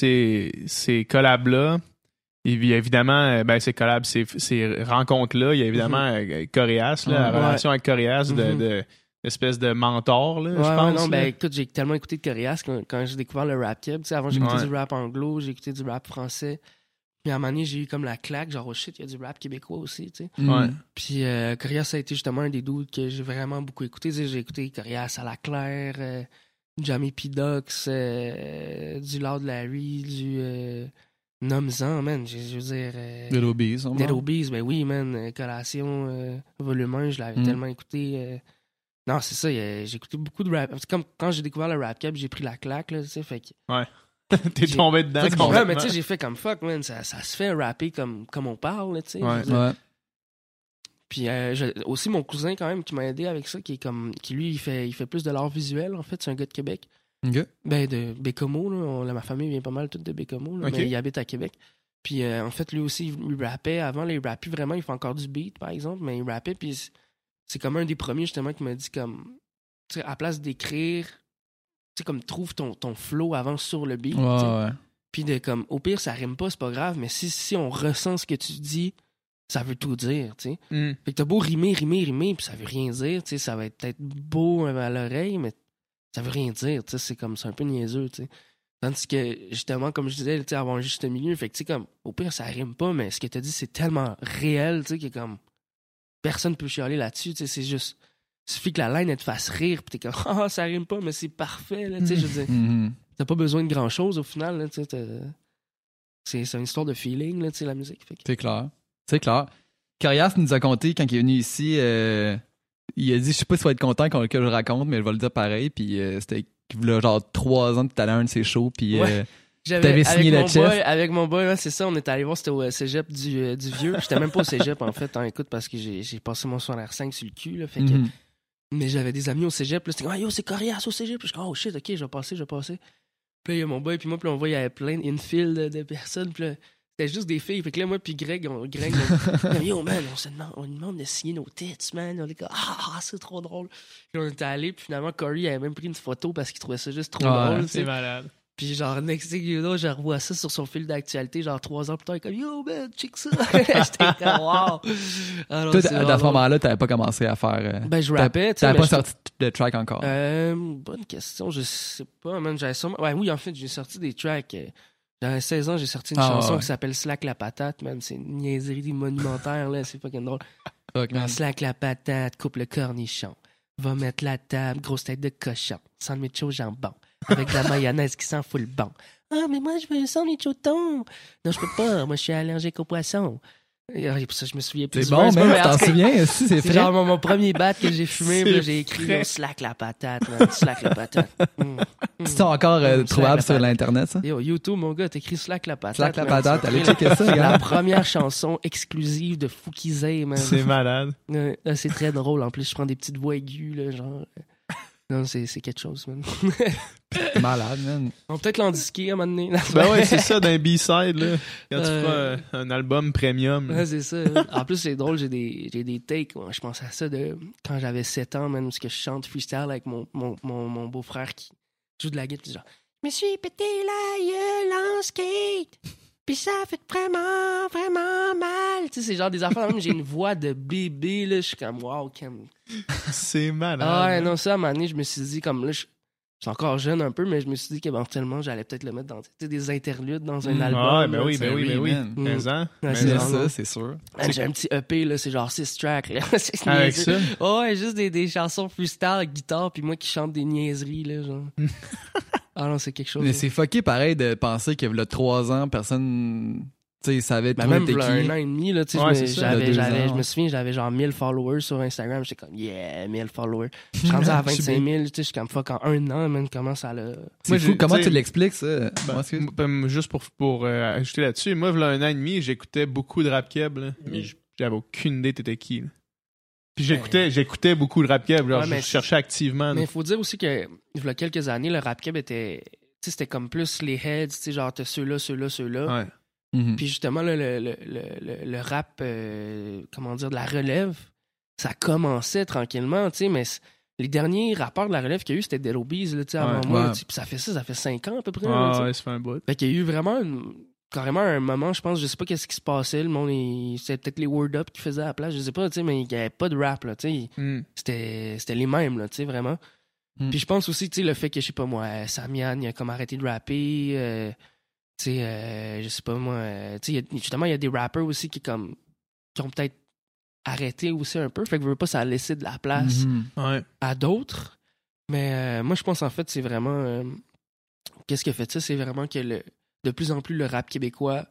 ces collabs-là, il y a évidemment ces collabs, ces rencontres-là, il y a évidemment Coréas, là, la Ouais. relation avec Coréas Mhm. de espèce de mentor, là, Ouais, je pense. non, là. ben écoute, j'ai tellement écouté de Coréas quand j'ai découvert le rap keb. Tu sais, avant, j'écoutais Ouais. du rap anglo, j'ai écouté du rap français. Puis à un moment donné, j'ai eu comme la claque, genre, oh shit, il y a du rap québécois aussi, tu sais. Ouais. Puis Coréas, ça a été justement un des dudes que j'ai vraiment beaucoup écouté. Tu sais, j'ai écouté Coréas à la Claire, Jamie P. Dox, du Loud Larry, du Nomzan, man. Je veux dire. Dead Obies, on Dead va. Obies, ben oui, man. Collation, volume 1, je l'avais Mm. tellement écouté. Non, c'est ça, j'ai écouté beaucoup de rap. C'est comme quand j'ai découvert le rap cap, j'ai pris la claque, là, tu sais, fait que. T'es tombé dedans. Ouais, complètement. mais tu sais, j'ai fait comme fuck, man. Ça se fait rapper comme on parle, là, tu sais. Ouais. je veux dire. Ouais. Puis aussi mon cousin quand même qui m'a aidé avec ça, qui lui il fait plus de l'art visuel en fait, c'est un gars de Québec. Ok. Ben de Bécomo là, ma famille vient pas mal toute de Bécomo là, Ok. mais il habite à Québec. Puis en fait lui aussi il rappait avant, là, il rappait vraiment, il fait encore du beat par exemple, mais il rappait puis c'est comme un des premiers justement qui m'a dit comme tu sais à place d'écrire, tu sais comme trouve ton flow avant sur le beat. Ouais, tu sais. ouais. Puis de comme au pire ça rime pas, c'est pas grave, mais si on ressent ce que tu dis, ça veut tout dire, tu sais. Mm. Fait que t'as beau rimer, puis ça veut rien dire, tu sais, ça va être peut-être beau à l'oreille, mais ça veut rien dire, tu sais, c'est un peu niaiseux, tu sais. Tandis que, justement, comme je disais, tu sais, avoir un juste milieu, fait que, tu sais, comme, au pire, ça rime pas, mais ce que t'as dit, c'est tellement réel, tu sais, que comme, personne peut chialer là-dessus, tu sais, c'est juste, il suffit que la line, elle te fasse rire, pis t'es comme, ah, ça rime pas, mais c'est parfait, là, tu sais, je veux dire, Mhm. t'as pas besoin de grand-chose, au final, là, tu sais, c'est une histoire de feeling, là, tu sais, la musique, fait que... C'est clair. C'est clair. Carias nous a conté quand il est venu ici, il a dit, je sais pas si tu vas être content que je raconte, mais je vais le dire pareil. Puis c'était qu'il voulait genre 3 ans que t'allais à un de ses shows. Puis Ouais. T'avais signé avec le mon chef. boy, avec mon boy, ouais, c'est ça, on est allé voir, c'était au cégep du Vieux. J'étais même pas au cégep, en fait, écoute, parce que j'ai passé mon secondaire 5 sur le cul, là, fait que... Mhm. Mais j'avais des amis au cégep, là, c'était comme, ah, yo, c'est Coréas au cégep. Puis je suis comme, oh shit, ok, je vais passer. Puis là, il y a mon boy, puis moi, puis on voit, il y avait plein d'infield de personnes, puis là, c'était juste des filles. Fait que là, moi, puis Greg, on yo, man, on demande de signer nos tits, man. On est comme, ah, c'est trop drôle. Puis on était allé, puis finalement, Corey avait même pris une photo parce qu'il trouvait ça juste trop Ouais, drôle, tu C'est sais. malade. Puis genre, next thing you know, je revois ça sur son fil d'actualité, genre 3 ans plus tard, comme yo man, check ça. J'étais comme wow. Alors, Toi, c'est à ce vraiment- moment-là, t'avais pas commencé à faire. Ben, je rappais, tu sais. T'avais mais pas je- sorti de track encore. Bonne question, je sais pas, man. J'avais sûrement... Ouais, oui, en fait, j'ai sorti des tracks. J'avais 16 ans, j'ai sorti une chanson ouais. qui s'appelle Slack la patate, man. C'est une niaiserie monumentale, là. C'est fucking drôle. Fuck, man. Slack la patate, coupe le cornichon. Va mettre la table, grosse tête de cochon. Sandwich au jambon. Avec de la mayonnaise qui sent full bon. Ah, mais moi, je veux un sandwich au thon. Non, je peux pas. Moi, je suis allergique aux poissons. Et pour ça, je me souviens plus. C'est bon, du verse, man, mais tu en t'en tout cas, souviens aussi, c'est c'est vrai. genre mon premier bat que j'ai fumé, puis là, j'ai écrit frais. yo, Slack la patate, man. Slack la patate. C'est encore Slack trouvable la sur patate. l'Internet, ça? Yo, YouTube, mon gars, t'écris Slack la patate. Slack la man. patate, C'est allez écrit, checker ça, là. La regarde. première chanson exclusive de Foukizé, man. C'est malade. Là, c'est très drôle. En plus, je prends des petites voix aiguës, là, genre. Non, c'est quelque chose, man. Malade, man. On va peut-être l'en disquer à un moment donné. Ben ouais, c'est ça d'un B-side, là. Quand tu Euh, feras un album premium. là. Ouais, c'est ça. En plus, c'est drôle, j'ai des takes. Ouais, je pense à ça de quand j'avais 7 ans, man, où je chante freestyle avec mon beau-frère qui joue de la guitare. Puis genre, je me suis pété la gueule en skate. Puis ça fait vraiment, vraiment mal. Tu sais, c'est genre des affaires. Même j'ai une voix de bébé, là. Je suis comme, wow, Cam. C'est malade. Ah ouais, non, ça, à un moment donné, je me suis dit, comme là, je suis encore jeune un peu, mais je me suis dit qu'éventuellement, j'allais peut-être le mettre dans tu sais, des interludes dans un album. Ah ouais, ben là, oui, tu sais. ben oui, ben oui. man. Mais hein? Ouais, Mais c'est C'est hein? vraiment- ça, c'est sûr. Man, j'ai un petit EP, là, c'est genre 6 tracks. Là. C'est Avec niaiseux. ça? Ouais, juste des chansons freestyle, guitare, puis moi qui chante des niaiseries, là, genre. Ah non, c'est quelque chose. Mais là. c'est fucké pareil de penser qu'il y a 3 ans, personne, tu sais, savait Ben, toi même t'es v'là un qui. an et demi, là, tu sais, Ouais, je me- c'est ça, il y a 2 j'avais, ans, je me ouais. souviens, j'avais genre 1000 followers sur Instagram. J'étais comme, yeah, 1000 followers. Je suis rendu à 25 000, tu sais, je suis comme, fuck, en un an, man, comment ça l'a... C'est Moi, fou. j'ai- Comment tu sais, tu l'expliques, ça? Ben, Moi, excuse. juste pour ajouter là-dessus, moi, il y a un an et demi, j'écoutais beaucoup de rap keb, là, mais j'avais aucune idée t'étais qui. Là. Puis j'écoutais beaucoup de rap keb, genre, Ouais, mais je cherchais activement. Mais il faut dire aussi que, il y a quelques années, le rap keb était... Tu sais, c'était comme plus les heads, tu sais, genre, t'as ceux-là. Ouais. Mhm. Puis justement, là, le rap, comment dire, de la relève, ça commençait tranquillement, tu sais, mais les derniers rappeurs de la relève qu'il y a eu, c'était Dead Obies, là, tu sais, avant Ouais. moi. Ouais. Tu sais, puis ça fait 5 ans à peu près. là, tu sais. Ouais, ça fait un bout. Fait qu'il y a eu vraiment carrément un moment, je pense, je sais pas qu'est-ce qui se passait, le monde, c'était peut-être les Word Up qui faisaient à la place, je sais pas, tu sais, mais il y avait pas de rap, là, tu sais. Hmm. C'était les mêmes, là, tu sais, vraiment. Mm. Puis je pense aussi, tu sais, le fait que, je sais pas moi, Samian, il a comme arrêté de rapper, tu sais, je sais pas moi, tu sais, justement, il y a des rappers aussi qui ont peut-être arrêté aussi un peu, fait que je veux pas, ça a laissé de la place Mhm. Ouais. à d'autres. Mais moi, je pense en fait, c'est vraiment, qu'est-ce qui a fait ça, c'est vraiment que de plus en plus le rap québécois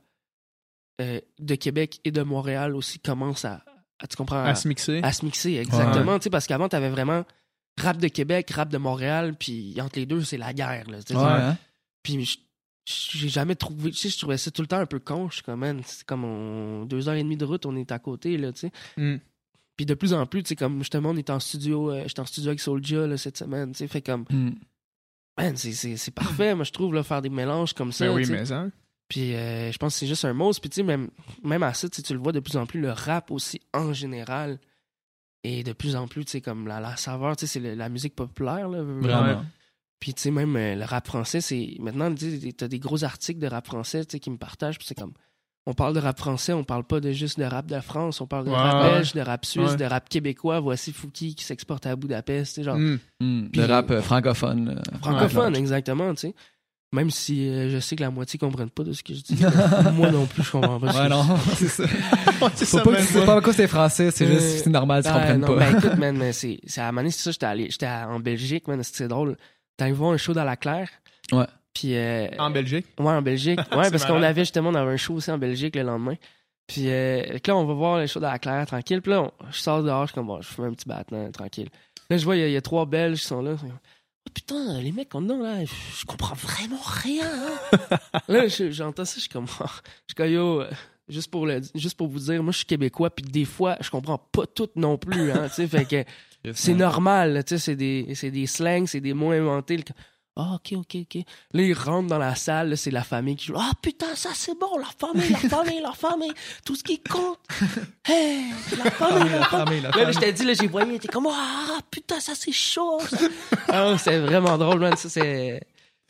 de Québec et de Montréal aussi commence à tu comprends, À se mixer. à se mixer, exactement. Tu sais, parce qu'avant, t'avais vraiment rap de Québec, rap de Montréal, puis entre les deux, c'est la guerre. Là, tu sais. Ouais, hein? Puis j'ai jamais trouvé... Tu sais, je trouvais ça tout le temps un peu con. Je suis comme, man, c'est comme 2h30 de route, on est à côté, là, tu sais. Hmm. Puis de plus en plus, tu sais, comme justement, on est en studio, j'étais en studio avec Soulja, là, cette semaine, tu sais, fait comme, Mhm. man, c'est parfait, moi, je trouve, là, faire des mélanges comme ça, Ben oui, tu sais. mais hein. Puis je pense que c'est juste un mot. Puis tu sais, même à ça, tu le vois de plus en plus, le rap aussi en général. Et de plus en plus, tu sais, comme la saveur, tu sais, c'est la musique populaire, là. Vraiment. Puis tu sais, même le rap français, c'est... Maintenant, tu sais, t'as des gros articles de rap français, tu sais, qui me partagent. Puis c'est comme... On parle de rap français, on parle pas juste de rap de France. On parle de Ouais, rap ouais. belge, de rap suisse, Ouais. de rap québécois. Voici Fouki qui s'exporte à Budapest, tu sais, genre... Hmm. Mhm. Puis- Le rap francophone. là. Francophone, Ouais. exactement, tu sais. Même si je sais que la moitié ne comprennent pas de ce que je dis. Moi non plus, je comprends pas. ce que Ouais, je non, c'est ça. C'est Faut ça, pas même que c'est moi. pas parce que c'est français, c'est juste c'est normal, tu comprennes non, pas. Ben écoute, man, mais c'est à un moment donné, c'est ça, j'étais en Belgique, man, c'est drôle. T'es allé voir un show dans la Claire. Ouais. Puis, En Belgique. ouais, en Belgique. Ouais, C'est parce qu'on malade. avait justement, on avait un show aussi en Belgique le lendemain. Puis fait que là, on va voir le show dans la Claire, tranquille. Puis là, je sors dehors, je suis comme, bon, je fais un petit battement, tranquille. Là, je vois, il y a 3 Belges qui sont là. Oh, putain, les mecs, là, je comprends vraiment rien. Hein? Là, j'entends ça, je suis comme, yo, juste pour vous dire, moi, je suis québécois, puis des fois, je comprends pas tout non plus, hein, tu sais, fait que c'est normal, là, tu sais, c'est des slangs, c'est des mots inventés. Ah, ok. Là, ils rentrent dans la salle, là, c'est la famille qui joue. Ah, putain, ça, c'est bon, la famille, tout ce qui compte. Hey, la famille. Là, je t'ai dit, là, j'ai voyé, t'es comme, ah, putain, ça, c'est chaud. Ça. Ah, c'est vraiment drôle, man, ça, c'est...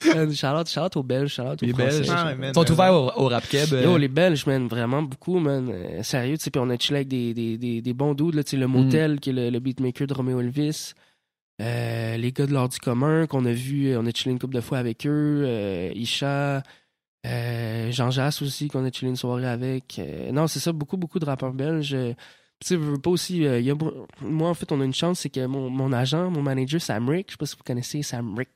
Shout-out aux Belges, shout-out aux Les Français. Belges. Ah, man, Ils sont ouverts au rap keb. Yo, les Belges, man, vraiment beaucoup, man. Sérieux, tu sais, puis on a chillé avec des bons dudes, là, tu sais, le Motel, qui est le beatmaker de Romeo Elvis. Les gars de l'Art du commun qu'on a vu, on a chillé une couple de fois avec eux. Isha, Jean Jass aussi, qu'on a chillé une soirée avec. Non, c'est ça, beaucoup de rappeurs belges. Tu sais, je veux pas aussi. Moi, en fait, on a une chance, c'est que mon agent, mon manager, Sam Rick, je sais pas si vous connaissez Sam Rick.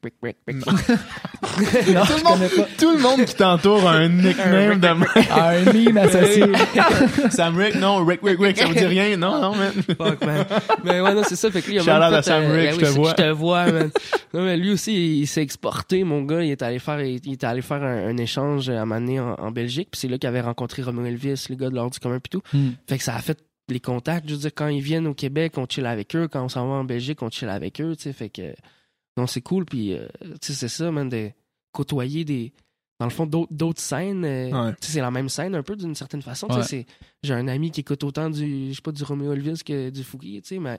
Non, je connais pas. Tout le monde qui t'entoure a un nickname de Un meme associé. Sam Rick, non, Rick, ça vous dit rien? Non, man. Fuck, man. Mais ouais, non, c'est ça. Fait que lui, il a Shout out même à fait, Sam Rick, oui, je te vois. Je te vois, man. Non, mais lui aussi, il s'est exporté, mon gars. Il était allé faire un échange à un moment donné en Belgique. Puis c'est là qu'il avait rencontré Romeo Elvis, les gars de l'Art du commun, puis tout. Fait que ça a fait les contacts. Je veux dire, quand ils viennent au Québec, on chill avec eux. Quand on s'en va en Belgique, on chill avec eux, tu sais. Fait que, non, c'est cool. Puis, tu sais, c'est ça, man, de côtoyer dans le fond, d'autres scènes. Ouais. Tu sais, c'est la même scène un peu, d'une certaine façon. Tu sais, j'ai un ami qui écoute autant du Romeo Elvis que du Fouki, tu sais, mais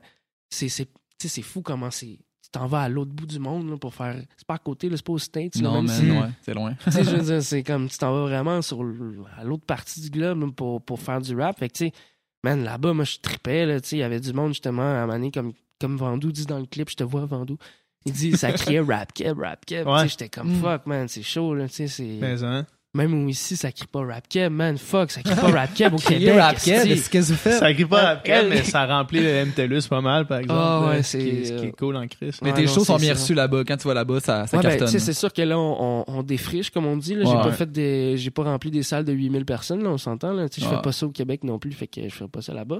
c'est fou comment c'est. Tu t'en vas à l'autre bout du monde là, pour faire. C'est pas à côté, là, c'est pas aux States. Non, même mais si, ouais, c'est loin. tu sais, je veux dire, c'est comme tu t'en vas vraiment à l'autre partie du globe là, pour faire du rap. Fait que, tu sais, man, là-bas, moi, je tripais, là, tu sais, il y avait du monde, justement, à un moment donné, comme Vandou dit dans le clip, je te vois, Vandou. Il dit, ça criait rap keb. Ouais. Tu sais, j'étais comme, fuck, man, c'est chaud, là, tu sais, c'est. Mais, hein? Même où ici, ça crie pas rap keb, man, fuck, ça crie pas rap keb au Crier Québec. rap keb, esti. c'est ce que vous faites. Ça crie pas rap keb, mais ça remplit le MTLUS pas mal, par exemple. Ah, ouais, là, c'est- ce qui est cool en Christ. Mais Ouais, tes non, shows sont c'est bien ça. reçus là-bas. Quand tu vas là-bas, ça Ouais, ben, tu cartonne. sais, c'est sûr que là, on défriche, comme on dit. Là. J'ai Ouais. pas fait j'ai pas rempli des salles de 8000 personnes, là, on s'entend. Là. Tu sais, je Ouais. fais pas ça au Québec non plus, fait que je ferai pas ça là-bas.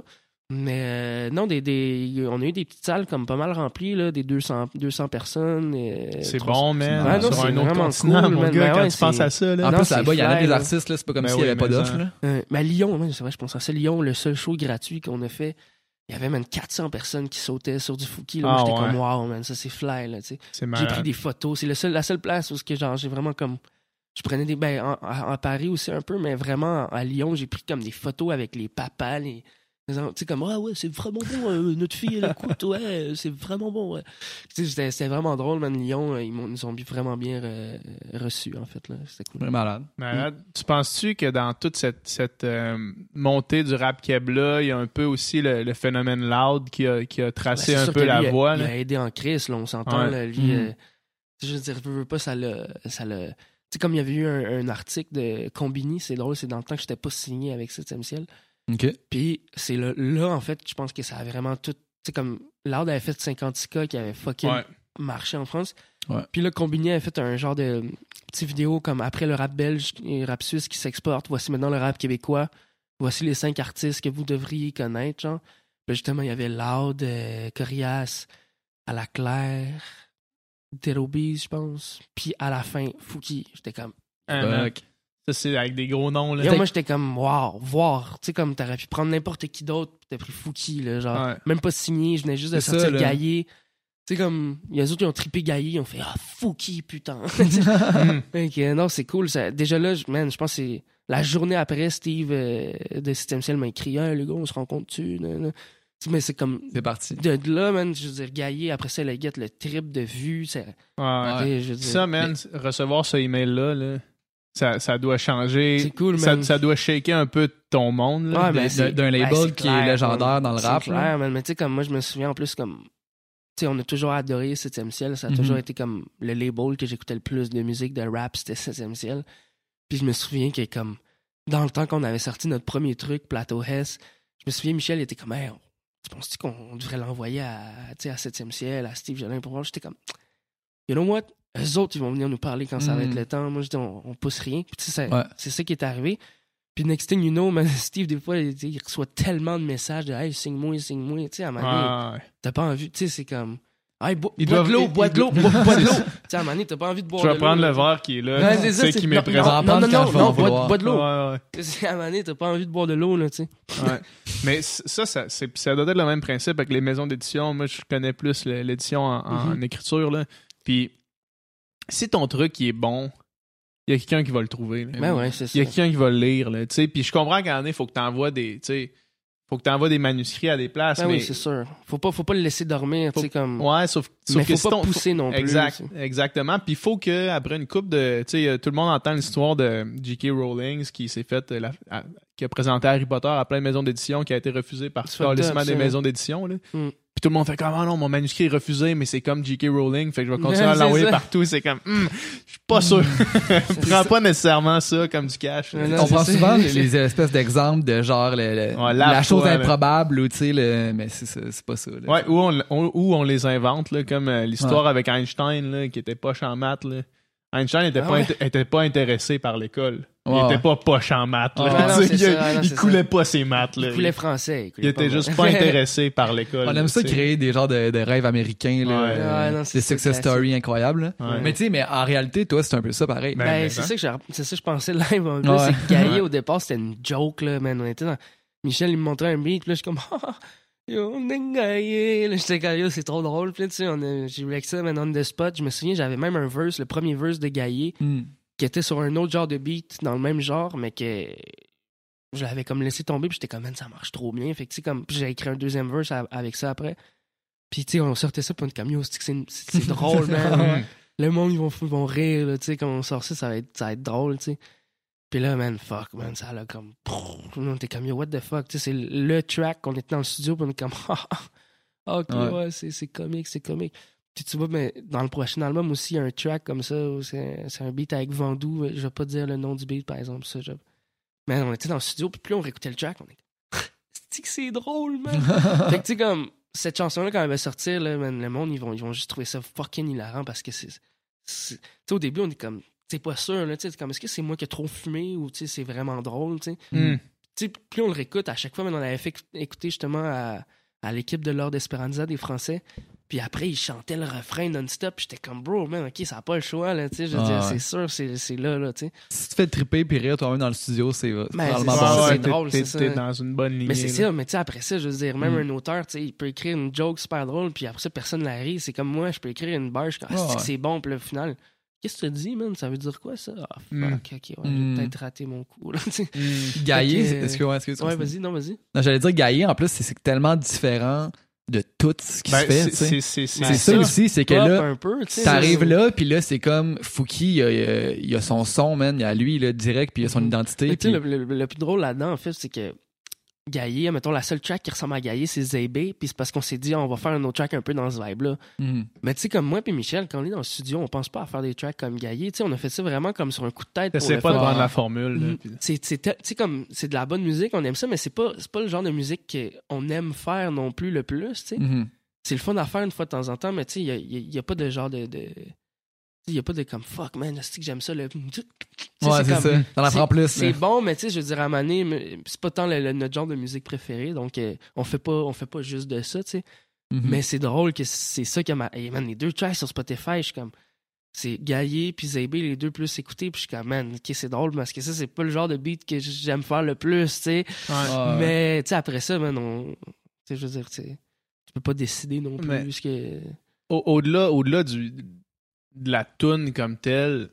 Mais non, on a eu des petites salles comme pas mal remplies, là, des 200 personnes. C'est 300. bon, man. Ouais, non, sur c'est un autre vraiment continent, cool, mon man. gars, Ben quand ouais, tu penses c'est- à ça, là. En Non, plus, c'est là-bas, il y en a fly, des là. artistes, là, c'est pas comme Ben s'il n'y oui, avait pas mais d'offres. ça. là. Mais Lyon, man, c'est vrai, je pense à ça. Lyon, le seul show gratuit qu'on a fait, il y avait même 400 personnes qui sautaient sur du Fouki. Là. Ah, J'étais ouais. comme, wow, man, ça c'est fly, là, tu sais. C'est J'ai malade. pris des photos. C'est la seule place où j'ai vraiment comme. Je prenais des. Ben, à Paris aussi un peu, mais vraiment à Lyon, j'ai pris comme des photos avec les papas, tu sais, comme, ah ouais, c'est vraiment bon, notre fille, elle écoute, ouais, c'est vraiment bon, ouais. Tu sais, c'était vraiment drôle, man. Lyon, ils nous ont vraiment bien reçus, en fait, là. C'était cool. Vraiment malade. Malade. Tu penses-tu que dans toute cette montée du rap keb-là, il y a un peu aussi le phénomène Loud qui a tracé Ben, c'est un sûr peu que la lui, voie? Il là? a aidé en crise, là, on s'entend, Ouais. là. Lui, Mm. je veux dire, je veux pas, ça l'a. Tu sais, comme il y avait eu un article de Combini, c'est drôle, c'est dans le temps que j'étais pas signé avec 7e ciel. OK. Puis c'est là, en fait, je pense que ça a vraiment tout. Tu sais, comme Loud avait fait 56K qui avait fucking Ouais. marché en France. Ouais. Puis là, Combini avait fait un genre de petite vidéo comme après le rap belge et le rap suisse qui s'exporte. Voici maintenant le rap québécois. Voici les 5 artistes que vous devriez connaître, genre. Puis justement, il y avait Loud, Corias, À la Claire, Terobis, je pense. Puis à la fin, Fouki. J'étais comme. Man. Fuck. Ça, c'est avec des gros noms. Là. Yo, moi, j'étais comme, wow, voir. Tu sais, comme t'aurais pu prendre n'importe qui d'autre, puis t'as pris Fouki, là. Genre, Ouais. même pas signé, je venais juste de C'est ça, sortir là. Gaillé. Tu sais, comme, il y a des autres qui ont trippé Gaillé, ils ont fait, ah, Fouki, putain. Fait que, non, c'est cool. Ça. Déjà là, man, je pense que c'est la journée après, Steve de System Cell m'a écrit, hey, les gars, on se rencontre-tu? Mais c'est comme. C'est parti. De là, man, je veux dire, Gaillé, après ça, le get le trip de vues. Ouais. Je veux dire, Ça, man, recevoir ce email-là, là, ça doit changer. c'est cool, Ça, man. ça doit shaker un peu ton monde. Là. Ouais, mais c'est- D'un label ben, c'est qui clair, est légendaire dans le c'est rap. clair, là. man. Mais tu sais, comme moi, je me souviens en plus, comme. Tu sais, on a toujours adoré 7e ciel. Ça a Mhm. toujours été comme le label que j'écoutais le plus de musique, de rap, c'était 7e ciel. Puis je me souviens que, comme, dans le temps qu'on avait sorti notre premier truc, Plateau Hess, je me souviens, Michel était comme, hey, tu penses-tu qu'on devrait l'envoyer à 7e ciel, à Steve Jolin pour voir? J'étais comme, you know what? Eux autres, ils vont venir nous parler quand ça va être le temps. Moi, je dis, on pousse rien. Puis, tu sais, Ouais. c'est ça qui est arrivé. Puis, next thing you know, man, Steve, des fois, il reçoit tellement de messages de, hey, signe-moi. Tu sais, à un moment donné, Ouais. t'as pas envie, tu sais, c'est comme, hey, Ils bois de doivent- l'eau, ils- bois de l'eau, ils- bois de l'eau. C'est Tu sais, à un moment donné, t'as pas envie de boire Je de vais l'eau. prendre là, le tu sais. verre qui est là. Ouais, c'est ça, tu sais c'est- qui non, m'est On va présent. en prendre quand je vais en vouloir. bois de l'eau. Ouais, ouais. Tu sais, à un moment donné, t'as pas envie de boire de l'eau, là, tu sais. Ouais. Mais ça doit être le même principe avec les maisons d'édition. Moi, je connais plus l'édition en écriture. Là. Puis, si ton truc il est bon, il y a quelqu'un qui va le trouver. Là. Ben ouais, c'est Il ça. y a quelqu'un qui va le lire. Là, tu sais. Puis je comprends qu'à un moment donné, il faut que tu envoies des. Tu sais, faut que tu envoies des manuscrits à des places. Ben mais oui, c'est sûr. Faut pas le laisser dormir, tu sais, comme... Ouais, sauf mais que faut pas pousser non plus. Exactement. Puis il faut que après une coupe de, tu sais, tout le monde entend l'histoire de J.K. Rowling qui s'est fait, qui a présenté Harry Potter à plein de maisons d'édition, qui a été refusé par l'établissement des maisons d'édition. Là. Puis tout le monde fait comme, ah non, mon manuscrit est refusé, mais c'est comme J.K. Rowling, fait que je vais continuer à l'envoyer partout. C'est comme, je suis pas sûr. Prends pas nécessairement ça comme du cash. On prend souvent les espèces d'exemples de genre la chose improbable ou tu sais, mais c'est pas ça. Là. Ouais, où on les invente, là, comme l'histoire avec Einstein, là, qui était poche en maths. Là. Einstein était pas intéressé par l'école. Il était pas poche en maths. Là. Il coulait pas ses maths. Là. Il coulait français. Il était juste pas intéressé par l'école. On aime ça créer des genres de rêves américains, là, des success stories incroyables. Là. Mais tu sais, mais en réalité, toi, c'est un peu ça pareil. C'est ça que je pensais live. C'est que Gaillé, au départ, c'était une joke. Là, man. On était dans... Michel, il me montrait un beat. Là, je suis comme... Yo, on est Gaillé. J'étais Gaillé, c'est trop drôle. Puis, tu sais, j'ai vu ça, man, on the spot. Je me souviens, j'avais même un verse, le premier verse de Gaillé. Qui était sur un autre genre de beat, dans le même genre, mais que je l'avais comme laissé tomber, puis j'étais comme, man, ça marche trop bien. Fait que, tu sais, comme, puis j'ai écrit un deuxième verse avec ça après. Puis, tu sais, on sortait ça pour une camion, c'est drôle, man. Le monde, ils vont rire, là, tu sais, quand on sort ça, ça va être drôle, tu sais. Puis là, man, fuck, man, ça a comme, on était comme, yo, what the fuck, tu sais, c'est le track qu'on était dans le studio, puis on est comme, ok, ouais, c'est comique. Puis tu vois, mais dans le prochain album aussi, il y a un track comme ça, où c'est un beat avec Vandou. Je vais pas dire le nom du beat, par exemple. Ça, mais on était dans le studio, puis plus on réécoutait le track, on est c'est drôle, man. Fait que tu sais, comme, cette chanson-là, quand elle va sortir, là, man, le monde, ils vont juste trouver ça fucking hilarant parce que tu sais, au début, on est comme, t'es pas sûr, là, tu sais, comme, est-ce que c'est moi qui ai trop fumé ou, tu sais, c'est vraiment drôle, tu sais. Tu sais, plus on le réécoute, à chaque fois, on avait fait écouter justement à l'équipe de Lord Esperanza des Français. Puis après, il chantait le refrain non-stop. J'étais comme, bro, man, ok, ça n'a pas le choix, là, tu sais. Je veux dire, c'est sûr, c'est là, tu sais. Si tu fais triper puis rire toi-même dans le studio, c'est probablement bon. C'est drôle, c'est ça. T'es dans une bonne lignée. Mais c'est ça, mais tu sais, après ça, je veux dire, même un auteur, tu sais, il peut écrire une joke super drôle, puis après ça, personne ne la rit. C'est comme moi, je peux écrire une barre, je suis comme, c'est bon, puis là, au final, qu'est-ce que tu te dis, man? Ça veut dire quoi, ça? Ah, fuck, ok, ouais, j'ai peut-être raté mon coup, là, tu sais. Gaillé, est-ce que ouais, vas-y. Non, j'allais dire Gaillé, en plus, c'est tellement différent de tout ce qui se fait, tu sais. C'est ça aussi, c'est que là, t'arrives là, puis là, c'est comme Fouki, il a son son, man, il a lui, là, direct, puis il a son identité. Tu sais, le plus drôle là-dedans, en fait, c'est que Gaillé, mettons, la seule track qui ressemble à Gaillé, c'est Zébé, puis c'est parce qu'on s'est dit, on va faire un autre track un peu dans ce vibe-là. Mais tu sais, comme moi puis Michel, quand on est dans le studio, on pense pas à faire des tracks comme Gaillé. Tu sais, on a fait ça vraiment comme sur un coup de tête. C'est pas de vendre la formule. C'est comme, c'est de la bonne musique, on aime ça, mais c'est pas le genre de musique qu'on aime faire non plus le plus, tu sais. C'est le fun à faire une fois de temps en temps, mais tu sais, il y a pas de genre de il n'y a pas de comme fuck, man, c'est que j'aime ça. Ouais, c'est ça. T'en apprends plus. C'est bon, mais tu sais, je veux dire, à un moment donné, c'est pas tant notre genre de musique préférée, donc on fait pas juste de ça, tu sais. Mais c'est drôle que c'est ça qui m'a. Hey, man, les deux tracks sur Spotify, je suis comme. C'est Gaillé puis Zébé, les deux plus écoutés, puis je suis comme, man, ok, c'est drôle parce que ça, c'est pas le genre de beat que j'aime faire le plus, tu sais. Mais, tu sais, après ça, man, tu sais, je veux dire, tu peux pas décider non plus. Mais que... Au-delà de la toune comme telle,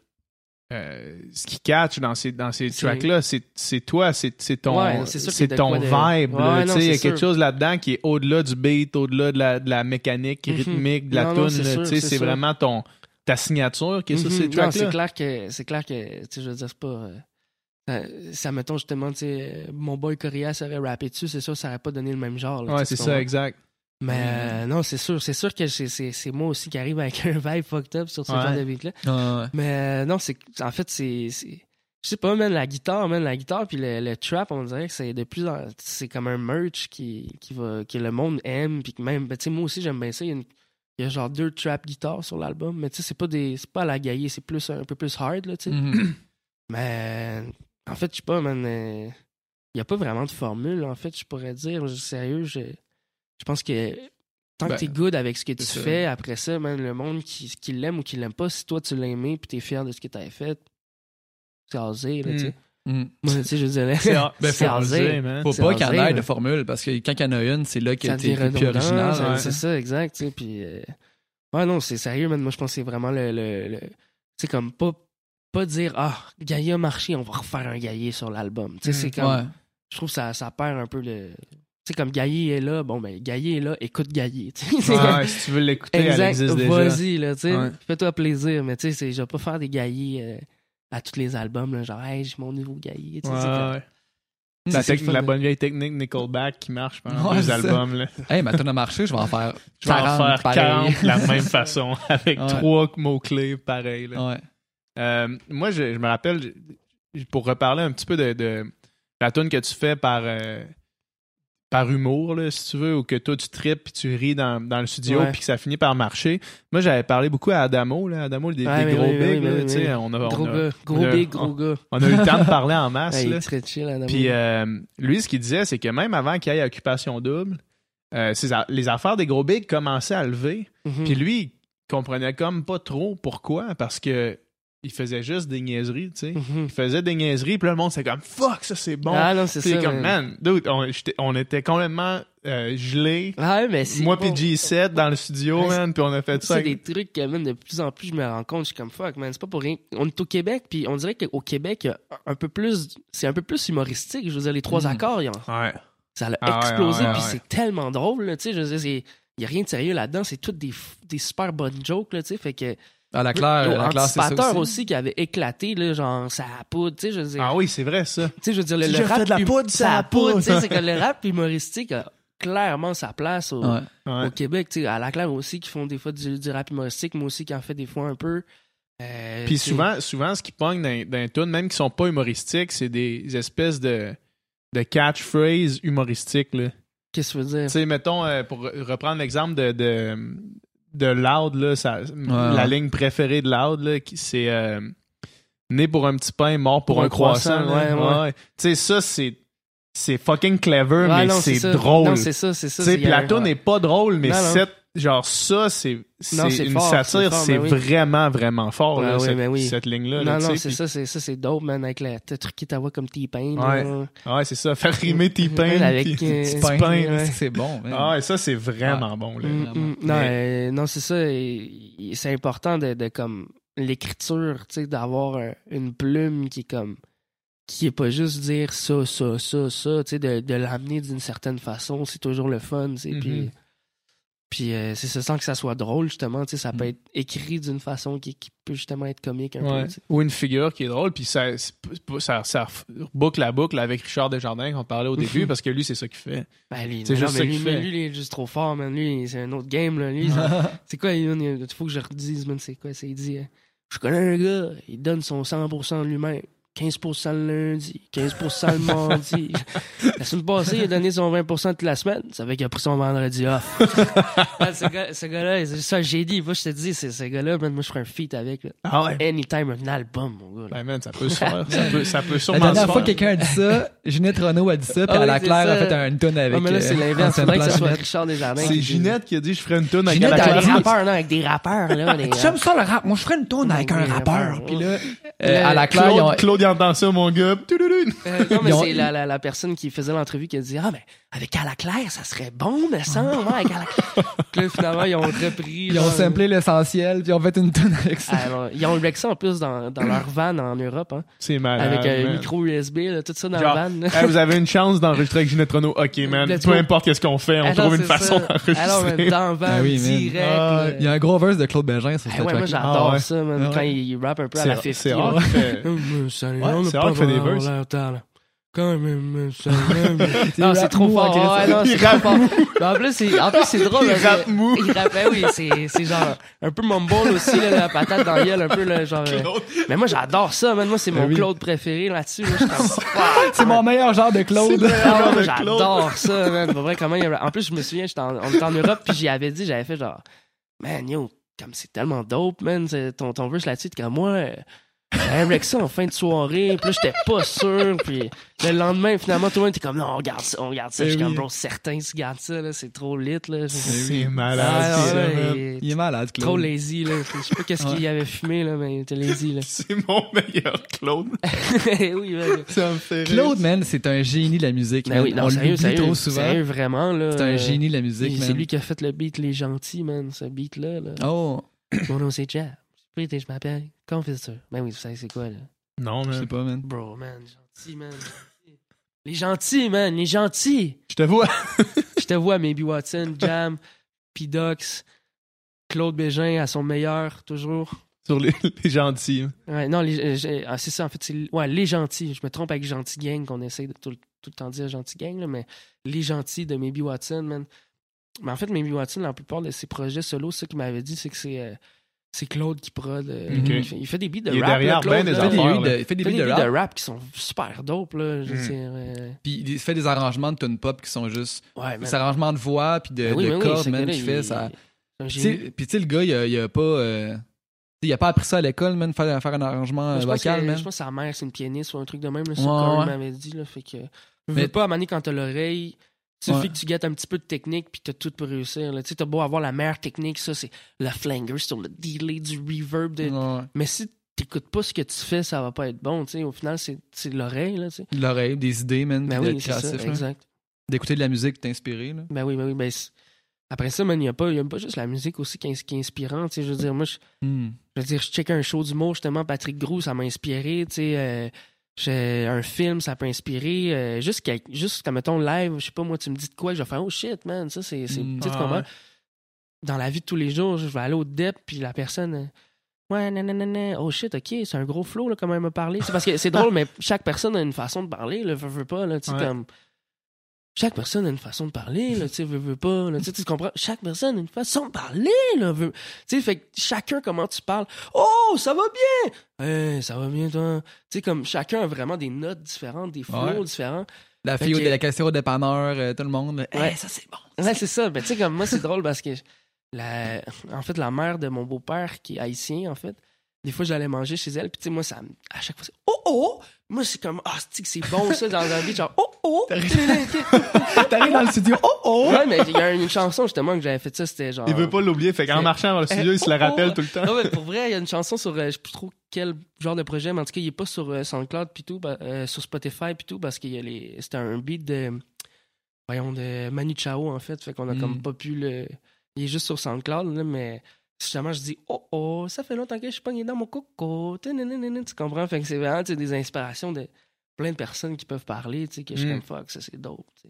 ce qui catch dans ces tracks-là, c'est toi, c'est ton vibe. Il y a quelque chose là-dedans qui est au-delà du beat, au-delà de la mécanique rythmique de la toune. C'est vraiment ta signature qui est sur ces tracks-là. C'est clair que je veux dire, c'est pas... ça mettons justement, tu sais, mon boy Corias aurait rappé dessus, c'est sûr, ça aurait pas donné le même genre. Là, ouais, c'est ça, exact. Mais non, c'est sûr que c'est moi aussi qui arrive avec un vibe fucked up sur ce genre de beat-là. Mais non, en fait, c'est je sais pas, man, la guitare puis le trap, on dirait que c'est de plus en... c'est comme un merch que le monde aime, puis que même, ben, tu sais, moi aussi, j'aime bien ça. Il y a genre 2 trap guitares sur l'album, mais tu sais, c'est pas à la Gaillé, c'est plus un peu plus hard, là, tu sais. Mais en fait, je sais pas, man, il y a pas vraiment de formule, en fait, je pourrais dire. Sérieux, je pense que tant que t'es good avec ce que tu fais, après ça, man, le monde qui l'aime ou qui l'aime pas, si toi tu l'as aimé puis t'es fier de ce que t'avais fait, c'est osé, là, tu sais. Moi, tu sais, je dirais, c'est osé, man. Faut pas qu'il y en ait de formule, parce que quand il y en a une, c'est là que t'es plus original. C'est ça, exact, tu sais, puis... Ouais, non, c'est sérieux, man. Moi, je pense que c'est vraiment le... C'est comme pas dire, Gaillé a marché, on va refaire un Gaillé sur l'album. Tu sais, c'est comme... Je trouve que ça perd un peu sais, comme Gaillé est là, bon, ben, Gaillé est là, écoute Gaillé. Si tu veux l'écouter, elle existe déjà. Vas-y, là, tu sais, fais-toi plaisir. Mais tu sais, je vais pas faire des Gaillés à tous les albums, là, genre, hey, j'ai mon nouveau Gaillé. La bonne vieille technique Nickelback qui marche pendant 2 albums. Là. Hey, ma tonne a marché, je vais en faire 40 de la même façon, avec 3 mots-clés pareils. Là. Moi, je me rappelle, pour reparler un petit peu de la tune que tu fais par humour, là, si tu veux, ou que toi tu tripes puis tu ris dans le studio puis que ça finit par marcher. Moi, j'avais parlé beaucoup à Adamo, là, des gros bigs. Gros gars. On a eu le temps de parler en masse. Là. Très chill, Adamo. Puis lui, ce qu'il disait, c'est que même avant qu'il y ait Occupation Double, les affaires des gros bigs commençaient à lever. Puis lui, il comprenait comme pas trop pourquoi, parce que il faisait juste des niaiseries, tu sais. Il faisait des niaiseries, puis là, le monde, c'est comme « Fuck, ça, c'est bon! » Ah non, c'est ça. comme « Man, dude, on était complètement gelés. Mais c'est moi puis G7 dans le studio, man, puis on a fait ça. C'est des trucs que, man, de plus en plus, je me rends compte, je suis comme « Fuck, man, c'est pas pour rien. » On est au Québec, puis on dirait qu'au Québec, c'est un peu plus humoristique. Je veux dire, les 3 accords, ça a explosé, puis c'est tellement drôle, là, tu sais. Je veux dire, il y a rien de sérieux là-dedans. C'est toutes des super bonnes jokes, là, tu sais. Fait que... À la claire, c'est ça aussi qui avait éclaté, là, genre, ça poudre, tu sais, je veux dire. Ah oui, c'est vrai, ça. Tu sais, je veux dire, le rap. De la poudre, ça poudre, tu sais, c'est que le rap humoristique a clairement sa place au Québec, tu sais. À la claire aussi, qui font des fois du rap humoristique, moi aussi, qui en fait des fois un peu. Puis souvent, ce qui pogne dans les tunes, même qui sont pas humoristiques, c'est des espèces de catchphrases humoristiques, là. Qu'est-ce que tu veux dire? Tu sais, mettons, pour reprendre l'exemple de Loud, là, la ligne préférée de Loud, là, c'est né pour un petit pain, mort pour un croissant. Ouais. Tu sais, ça, c'est fucking clever, mais c'est drôle. Non, c'est ça. Puis la tune n'est pas drôle, mais c'est une satire, c'est vraiment, vraiment fort, là, cette ligne-là. Non, c'est ça, c'est dope, man, avec t'as truqué ta voix comme T-Pain. Ouais, c'est ça, faire rimer T-Pain avec T-Pain, c'est bon. Ah, et ça, c'est vraiment bon. Là, non, c'est ça, c'est important de comme l'écriture, tu sais, d'avoir une plume qui est pas juste dire ça, tu sais, de l'amener d'une certaine façon, c'est toujours le fun, tu sais, puis c'est ça, sans que ça soit drôle, justement, tu sais, ça peut être écrit d'une façon qui peut justement être comique un peu. Tu sais. Ou une figure qui est drôle, puis ça boucle la boucle avec Richard Desjardins qu'on parlait au début, parce que lui, c'est ça qu'il fait. C'est juste ça qu'il fait. Lui, il est juste trop fort, man. Lui, c'est un autre game, là. Lui, c'est quoi, il faut que je redise, man, c'est quoi, il dit, je connais un gars, il donne son 100% de lui-même. 15% le lundi, 15% le mardi. La semaine passée, il a donné son 20% toute la semaine. Ça fait qu'il a pris son vendredi off. Ce gars-là, c'est ça, j'ai dit. Moi, je te dis, c'est ce gars-là, man, moi, je ferais un feat avec. Là. Ah ouais? Anytime, un album, mon gars. Ben, man, ça peut se faire. Ça peut sûrement se faire. La dernière fois que quelqu'un a dit ça, Ginette Renault a dit ça, puis à la Claire a fait une tonne avec. Mais là, c'est l'inverse. C'est vrai que ça soit Richard Desjardins. C'est Ginette qui a dit, je ferais une tonne avec la Claire. Avec des rappeurs, là. J'aime ça, le rap. Moi, je ferais une tonne avec un rappeur. Puis là, à la Claire, Claude, il entend ça, mon gars. Non, mais c'est la personne qui faisait l'entrevue qui a dit « Ah, mais avec à la Claire, ça serait bon, me semble, avec à la Claire. » Puis là, finalement, ils ont repris. Ils ont samplé l'essentiel, puis ils ont fait une tonne avec ça. Alors, ils ont avec ça en plus dans leur van en Europe. Hein, c'est malade. avec un micro USB, là, tout ça dans le van. Hey, vous avez une chance d'enregistrer avec Ginette Renault. OK, man. Peu importe qu'est-ce qu'on fait, on trouve une façon d'enregistrer. Alors, dans le van, direct. Il y a un gros verse de Claude Bégin sur cette track. Moi, j'adore ça, man, quand il rappe un peu à la 50. C'est rare qu'il fait des verses. Quand même, non, c'est trop fort. Non, c'est trop fort. En plus, c'est drôle. Il rappe mou. Il rappe, oui, c'est genre un peu mumble aussi, là, la patate dans la gueule, un peu, là, genre. Mais moi, j'adore ça, man. Moi, c'est mon Claude préféré là-dessus. C'est mon meilleur genre de Claude. J'adore ça, man. Pour vrai, comment en plus, je me souviens, on était en Europe, puis j'avais fait genre, man, yo, comme c'est tellement dope, man, ton verse là-dessus, comme moi. Avec ça en fin de soirée, puis là j'étais pas sûr, puis le lendemain finalement tout le monde était comme non on regarde ça, je suis comme bro certain tu gardes ça là, c'est trop lit là. C'est malade. Il est malade Claude. Trop lazy là, je sais pas qu'est-ce qu'il avait fumé là, mais il était lazy là. C'est mon meilleur Claude. Oui, ça me fait rire. Claude man, c'est un génie de la musique. Ben oui, non, on l'oublie trop souvent. Sérieux vraiment là. C'est un génie de la musique. C'est lui qui a fait le beat Les Gentils man, ce beat là. Oh. Mon nom c'est Jeff. Je m'appelle Confiture. Ben oui, vous savez c'est quoi, là? Non, man. Je sais pas, man. Bro, man, gentil, man. Les gentils, man, les gentils. Je te vois. Je te vois, Maybe Watson, Jam, P-Dox, Claude Bégin à son meilleur, toujours. Sur les gentils. Ouais, non, c'est ça, en fait, c'est les gentils. Je me trompe avec Gentil Gang, qu'on essaie de tout le temps dire Gentil Gang, là, mais les gentils de Maybe Watson, man. Mais en fait, Maybe Watson, la plupart de ses projets solo, ce qu'il m'avait dit, c'est que c'est Claude qui prod. Il fait des beats de rap. Il est derrière là, Claude, ben des là. affaires. Il fait des beats de rap qui sont super dope, là. Je veux dire, puis il fait des arrangements de tune pop qui sont juste ouais, des arrangements de voix puis de cordes, man, qui fait ça. Puis tu sais, le gars, il a pas... il a pas appris ça à l'école, man, faire un arrangement vocal, man. Je pense que sa mère, c'est une pianiste ou un truc de même, là, ouais. m'avait dit, là, fait que... Mais pas à manier quand t'as l'oreille, il suffit que tu guettes un petit peu de technique puis t'as tout pour réussir, là. Tu sais, t'as beau avoir la meilleure technique, ça, c'est le flanger sur le delay, du reverb, mais si t'écoutes pas ce que tu fais, ça va pas être bon, tu sais. Au final, c'est l'oreille, là, tu sais. L'oreille, des idées, man, ben d'être oui, créatif, ça, exact. D'écouter de la musique, t'inspirer, là. Ben oui, après ça, man, il y a pas juste la musique aussi qui est inspirante, tu sais. Je veux dire, moi, je checkais un show d'humour, justement, Patrick Groux, ça m'a inspiré, tu sais. Un film, ça peut inspirer. Juste comme, mettons, live, je sais pas, moi, tu me dis de quoi, je vais faire, oh shit, man, ça, c'est tu sais comment. Dans la vie de tous les jours, je vais aller au DEP, puis la personne, ouais, nanana, oh shit, ok, c'est un gros flow, là, comment elle m'a parlé. C'est parce que c'est drôle, mais chaque personne a une façon de parler, là, veut pas, là, tu sais, comme. Chaque personne a une façon de parler, là, tu sais, veut pas, là, tu comprends? Chaque personne a une façon de parler, là, tu sais, fait que chacun, comment tu parles. Oh, ça va bien! Hey, ça va bien, toi? Tu sais, comme chacun a vraiment des notes différentes, des flows différents. La fille de la caissière au dépanneur, tout le monde, là, ouais, ça c'est bon. Ouais, c'est ça. Ben, tu sais, comme moi, c'est drôle parce que, en fait, la mère de mon beau-père, qui est haïtien, en fait, des fois, j'allais manger chez elle, puis tu sais, moi, à chaque fois, c'est « Oh, oh! » Moi, c'est comme « Ah, c'est bon, ça, dans un beat, genre « Oh, oh! » T'arrives dans le studio « Oh, oh! » Ouais, mais il y a une chanson, justement, que j'avais fait ça, c'était genre... Il veut pas l'oublier, fait qu'en marchant dans le studio, il se le rappelle tout le temps. Non, mais pour vrai, il y a une chanson sur, je sais plus trop quel genre de projet, mais en tout cas, il est pas sur SoundCloud pis tout, sur Spotify pis tout, parce que c'était un beat de Manu Chao, en fait, fait qu'on a comme pas pu le... Il est juste sur SoundCloud, là, mais... Justement, je dis, oh, oh, ça fait longtemps que je suis pogné dans mon coco. Tu comprends? Fait que c'est vraiment des inspirations de plein de personnes qui peuvent parler, tu sais, que je suis comme fuck, ça c'est dope. T'sais.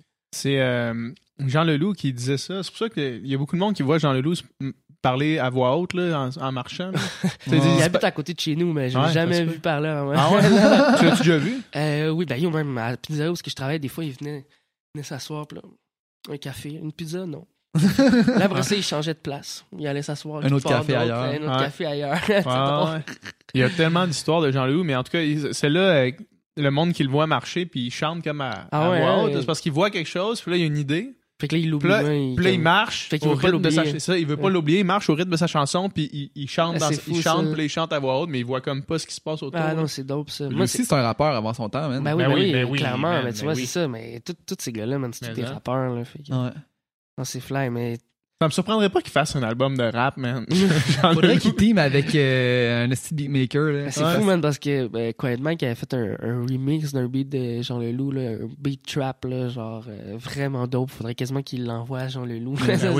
C'est Jean Leloup qui disait ça. C'est pour ça qu'il y a beaucoup de monde qui voit Jean Leloup parler à voix haute là, en marchant. Il habite à côté de chez nous, mais je l'ai jamais vu parler. Ah ouais? Tu l'as-tu déjà vu? Oui, ben, même à la pizzeria où je travaillais, des fois, il venait s'asseoir, là, un café, une pizza, non. Là, après ça, il changeait de place. Il allait s'asseoir. Un autre café ailleurs. Un autre café ailleurs. Il y a tellement d'histoires de Jean Leloup, mais en tout cas, celle-là, le monde qui le voit marcher, puis il chante comme à voix haute. C'est parce qu'il voit quelque chose, puis là, il y a une idée. Fait que là, il l'oublie. Puis là, il marche au rythme de sa chanson. Il veut pas l'oublier, il marche au rythme de sa chanson, puis il chante, puis là, il chante à voix haute, mais il voit comme pas ce qui se passe autour. Ah non, c'est dope, ça. Lui aussi, c'est un rappeur avant son temps, man. Ben oui, clairement. Mais tu vois, c'est ça. Mais tous ces gars-là, man, c'est tous des rappeurs, là. Non, c'est fly, mais... Ça me surprendrait pas qu'il fasse un album de rap, man. Faudrait qu'il team avec un esti beatmaker. Là. C'est fou, man, parce que Quiet Mike avait fait un remix d'un beat de Jean Leloup, là, un beat trap, là, genre vraiment dope. Faudrait quasiment qu'il l'envoie à Jean Leloup.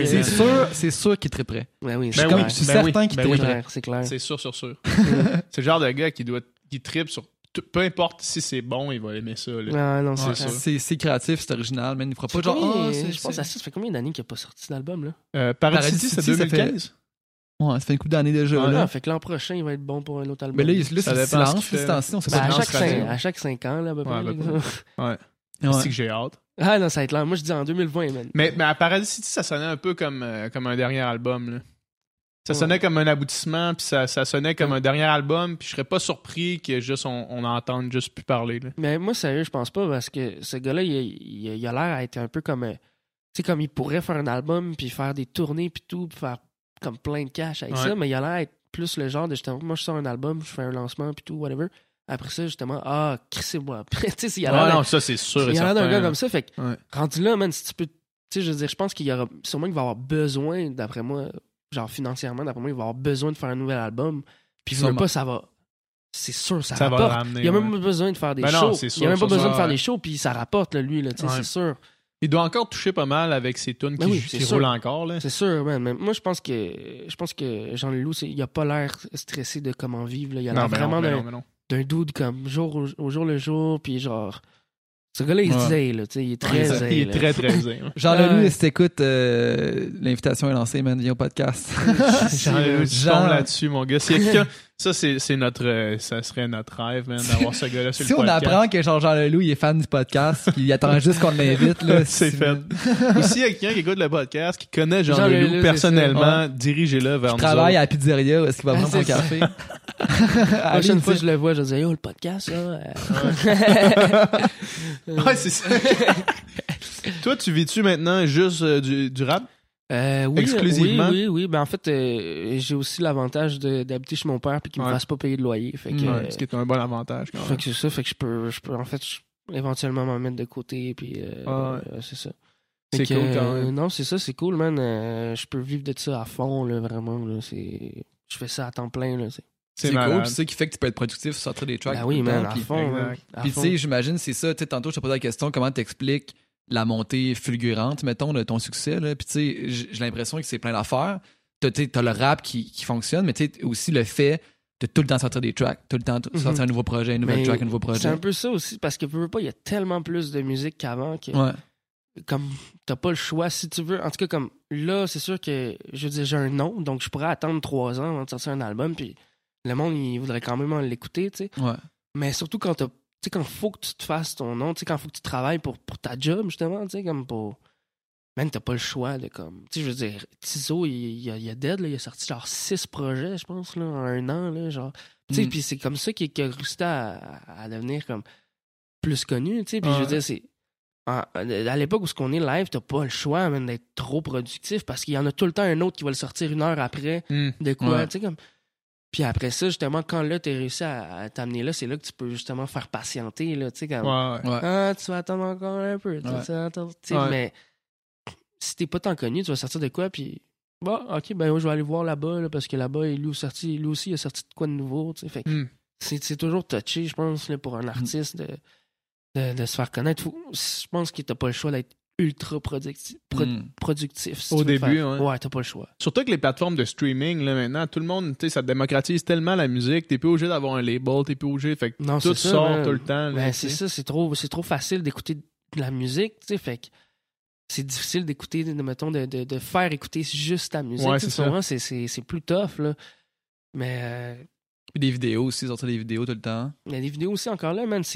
C'est sûr qu'il est très prêt. Ben oui, je suis certain qu'il est très prêt. C'est clair. C'est sûr. C'est le genre de gars qui trippe sur... Peu importe si c'est bon, il va aimer ça. Là. Ah non, c'est créatif, c'est original, man. Il fera pas genre. Je pense à ça. Ça fait combien d'années qu'il n'a pas sorti d'album, là? Paradis City, c'est 2015. Ouais, ça fait une couple d'années déjà. Là. Fait que l'an prochain, il va être bon pour un autre album. Mais là c'est le silence. On sait pas à chaque 5 ans, là, à peu près. Ouais. C'est que j'ai hâte. Ah non, ça va être là. Moi, je dis en 2020, man. Mais à Paradis City, ça sonnait un peu comme un dernier album, là. Ça sonnait comme un aboutissement, puis ça sonnait comme un dernier album, puis je serais pas surpris que juste on entende juste plus parler. Là. Mais moi, sérieux, je pense pas, parce que ce gars-là, il a l'air à être un peu comme... tu sais, comme il pourrait faire un album, puis faire des tournées, puis tout, puis faire comme plein de cash avec ça, mais il a l'air à être plus le genre de, justement, moi, je sors un album, je fais un lancement, puis tout, whatever. Après ça, justement, crissez-moi. Tu sais, il a l'air... non, ça, c'est sûr et certain. Il a l'air d'un gars comme ça, fait que, rendu là, man, si tu peux... Tu sais, je veux dire, je pense qu'il y aura... Sûrement qu'il va avoir besoin, d'après moi... Genre financièrement, d'après moi, il va avoir besoin de faire un nouvel album. Puis il veut pas, ça va. C'est sûr, ça rapporte. Va ramener, il a même pas besoin de faire des shows. Sûr, il a même pas besoin de faire des shows, puis ça rapporte, là, lui, là, c'est sûr. Il doit encore toucher pas mal avec ses tunes qui roulent encore. Là. C'est sûr, man. Mais moi, je pense que Jean Leloup, il a pas l'air stressé de comment vivre. Là. Il a l'air vraiment d'un dude comme jour au jour le jour, puis genre... Ce gars-là, il Ouais. zay, là, tu sais, il est très Il zay. est là. très, très zay. Ouais. Jean Leloup, si t'écoutes, l'invitation est lancée, man, viens au podcast. Jean-Leloup, tu Jean- tombes là-dessus, mon gars. S'il y a quelqu'un... Ça, c'est notre... ça serait notre rêve, man, d'avoir ce gars-là sur Si le on podcast. apprend que Jean Leloup, il est fan du podcast, puis il attend juste qu'on l'invite, là. C'est fait. Ou s'il y a quelqu'un qui écoute le podcast, qui connaît Jean, Jean Leloup Leloup, personnellement, c'est dirigez-le vers Je nous travaille autres. à la pizzeria, où est-ce qu'il va prendre son C'est ça. café? La prochaine fois que je le vois, je vais dire, yo, le podcast, là. Ouais, c'est ça. Toi, tu vis-tu maintenant juste du rap? Oui, Exclusivement? Oui. Ben, en fait, j'ai aussi l'avantage d'habiter chez mon père puis qu'il me Ouais. fasse pas payer de loyer. Fait que, Ouais, ce qui est un bon avantage, quand fait même. que c'est ça. Fait que je peux en fait, éventuellement m'en mettre de côté. Puis, Ah c'est ça. C'est Fait cool, que, quand même. non, c'est ça, c'est cool, man. Je peux vivre de ça à fond, là, vraiment. Là, je fais ça à temps plein. Là, C'est malade. cool, c'est ça qui fait que tu peux être productif, sortir des tracks. Ben oui, tout le man, temps, à puis- fond. man, exact. à Puis tu fond. sais, j'imagine, c'est ça. Tu sais, tantôt, je te posais la question, comment t'expliques la montée fulgurante, mettons, de ton succès, là. Puis tu sais, j'ai l'impression que c'est plein d'affaires. T'as le rap qui fonctionne, mais tu sais, aussi le fait de tout le temps sortir des tracks, tout le temps sortir un nouveau projet, un nouvel Mais track, un nouveau C'est projet. un peu ça aussi, parce que veux pas, il y a tellement plus de musique qu'avant que, Ouais. comme, t'as pas le choix. Si tu veux, en tout cas, comme, là, c'est sûr que, je veux dire, j'ai un nom, donc je pourrais attendre 3 ans avant de sortir un album, puis le monde, il voudrait quand même l'écouter, tu sais. Ouais. Mais surtout quand tu sais, quand faut que tu te fasses ton nom, tu sais, quand faut que tu travailles pour ta job, justement, tu sais, comme pour. Man, t'as pas le choix de comme. Tu sais, je veux dire, Tizo, il a dead, là, il a sorti genre 6 projets, je pense, là, en 1 an, là, genre. Tu sais, Mm. puis c'est comme ça qu'il a réussi à devenir comme plus connu, tu sais. Puis je veux Ouais. dire, c'est. À l'époque où ce qu'on est live, t'as pas le choix, man, d'être trop productif parce qu'il y en a tout le temps un autre qui va le sortir 1 heure après. Hmm. De quoi, Ouais. tu sais, comme. Puis après ça, justement, quand là, t'as réussi à t'amener là, c'est là que tu peux justement faire patienter, là, tu sais, comme. Ouais, ouais. Ouais. Ah, tu vas attendre encore un peu. Tu Ouais. vas attendre, tu sais, Ouais. mais si t'es pas tant connu, tu vas sortir de quoi, puis. Bon, ok, ben moi, je vais aller voir là-bas, là, parce que là-bas, lui aussi, il a sorti de quoi de nouveau, tu sais. Fait que Hmm. c'est toujours touché, je pense, là, pour un artiste de se faire connaître. Je pense que t'as pas le choix d'être ultra productif. productif si Au tu veux début, faire. ouais. Ouais, t'as pas le choix. Surtout que les plateformes de streaming, là, maintenant, tout le monde, tu sais, ça démocratise tellement la musique. T'es plus obligé d'avoir un label, t'es plus obligé. Fait que Non, tout c'est ça, sort man. tout le temps. là, Ben, tu c'est sais. ça, c'est trop facile d'écouter de la musique, tu sais, fait que c'est difficile d'écouter, mettons, de faire écouter juste ta musique. Ouais, tu sais, c'est ça. souvent, c'est plus tough, là. Mais Puis des vidéos aussi, sortir des vidéos tout le temps. il y a des vidéos aussi encore là, man,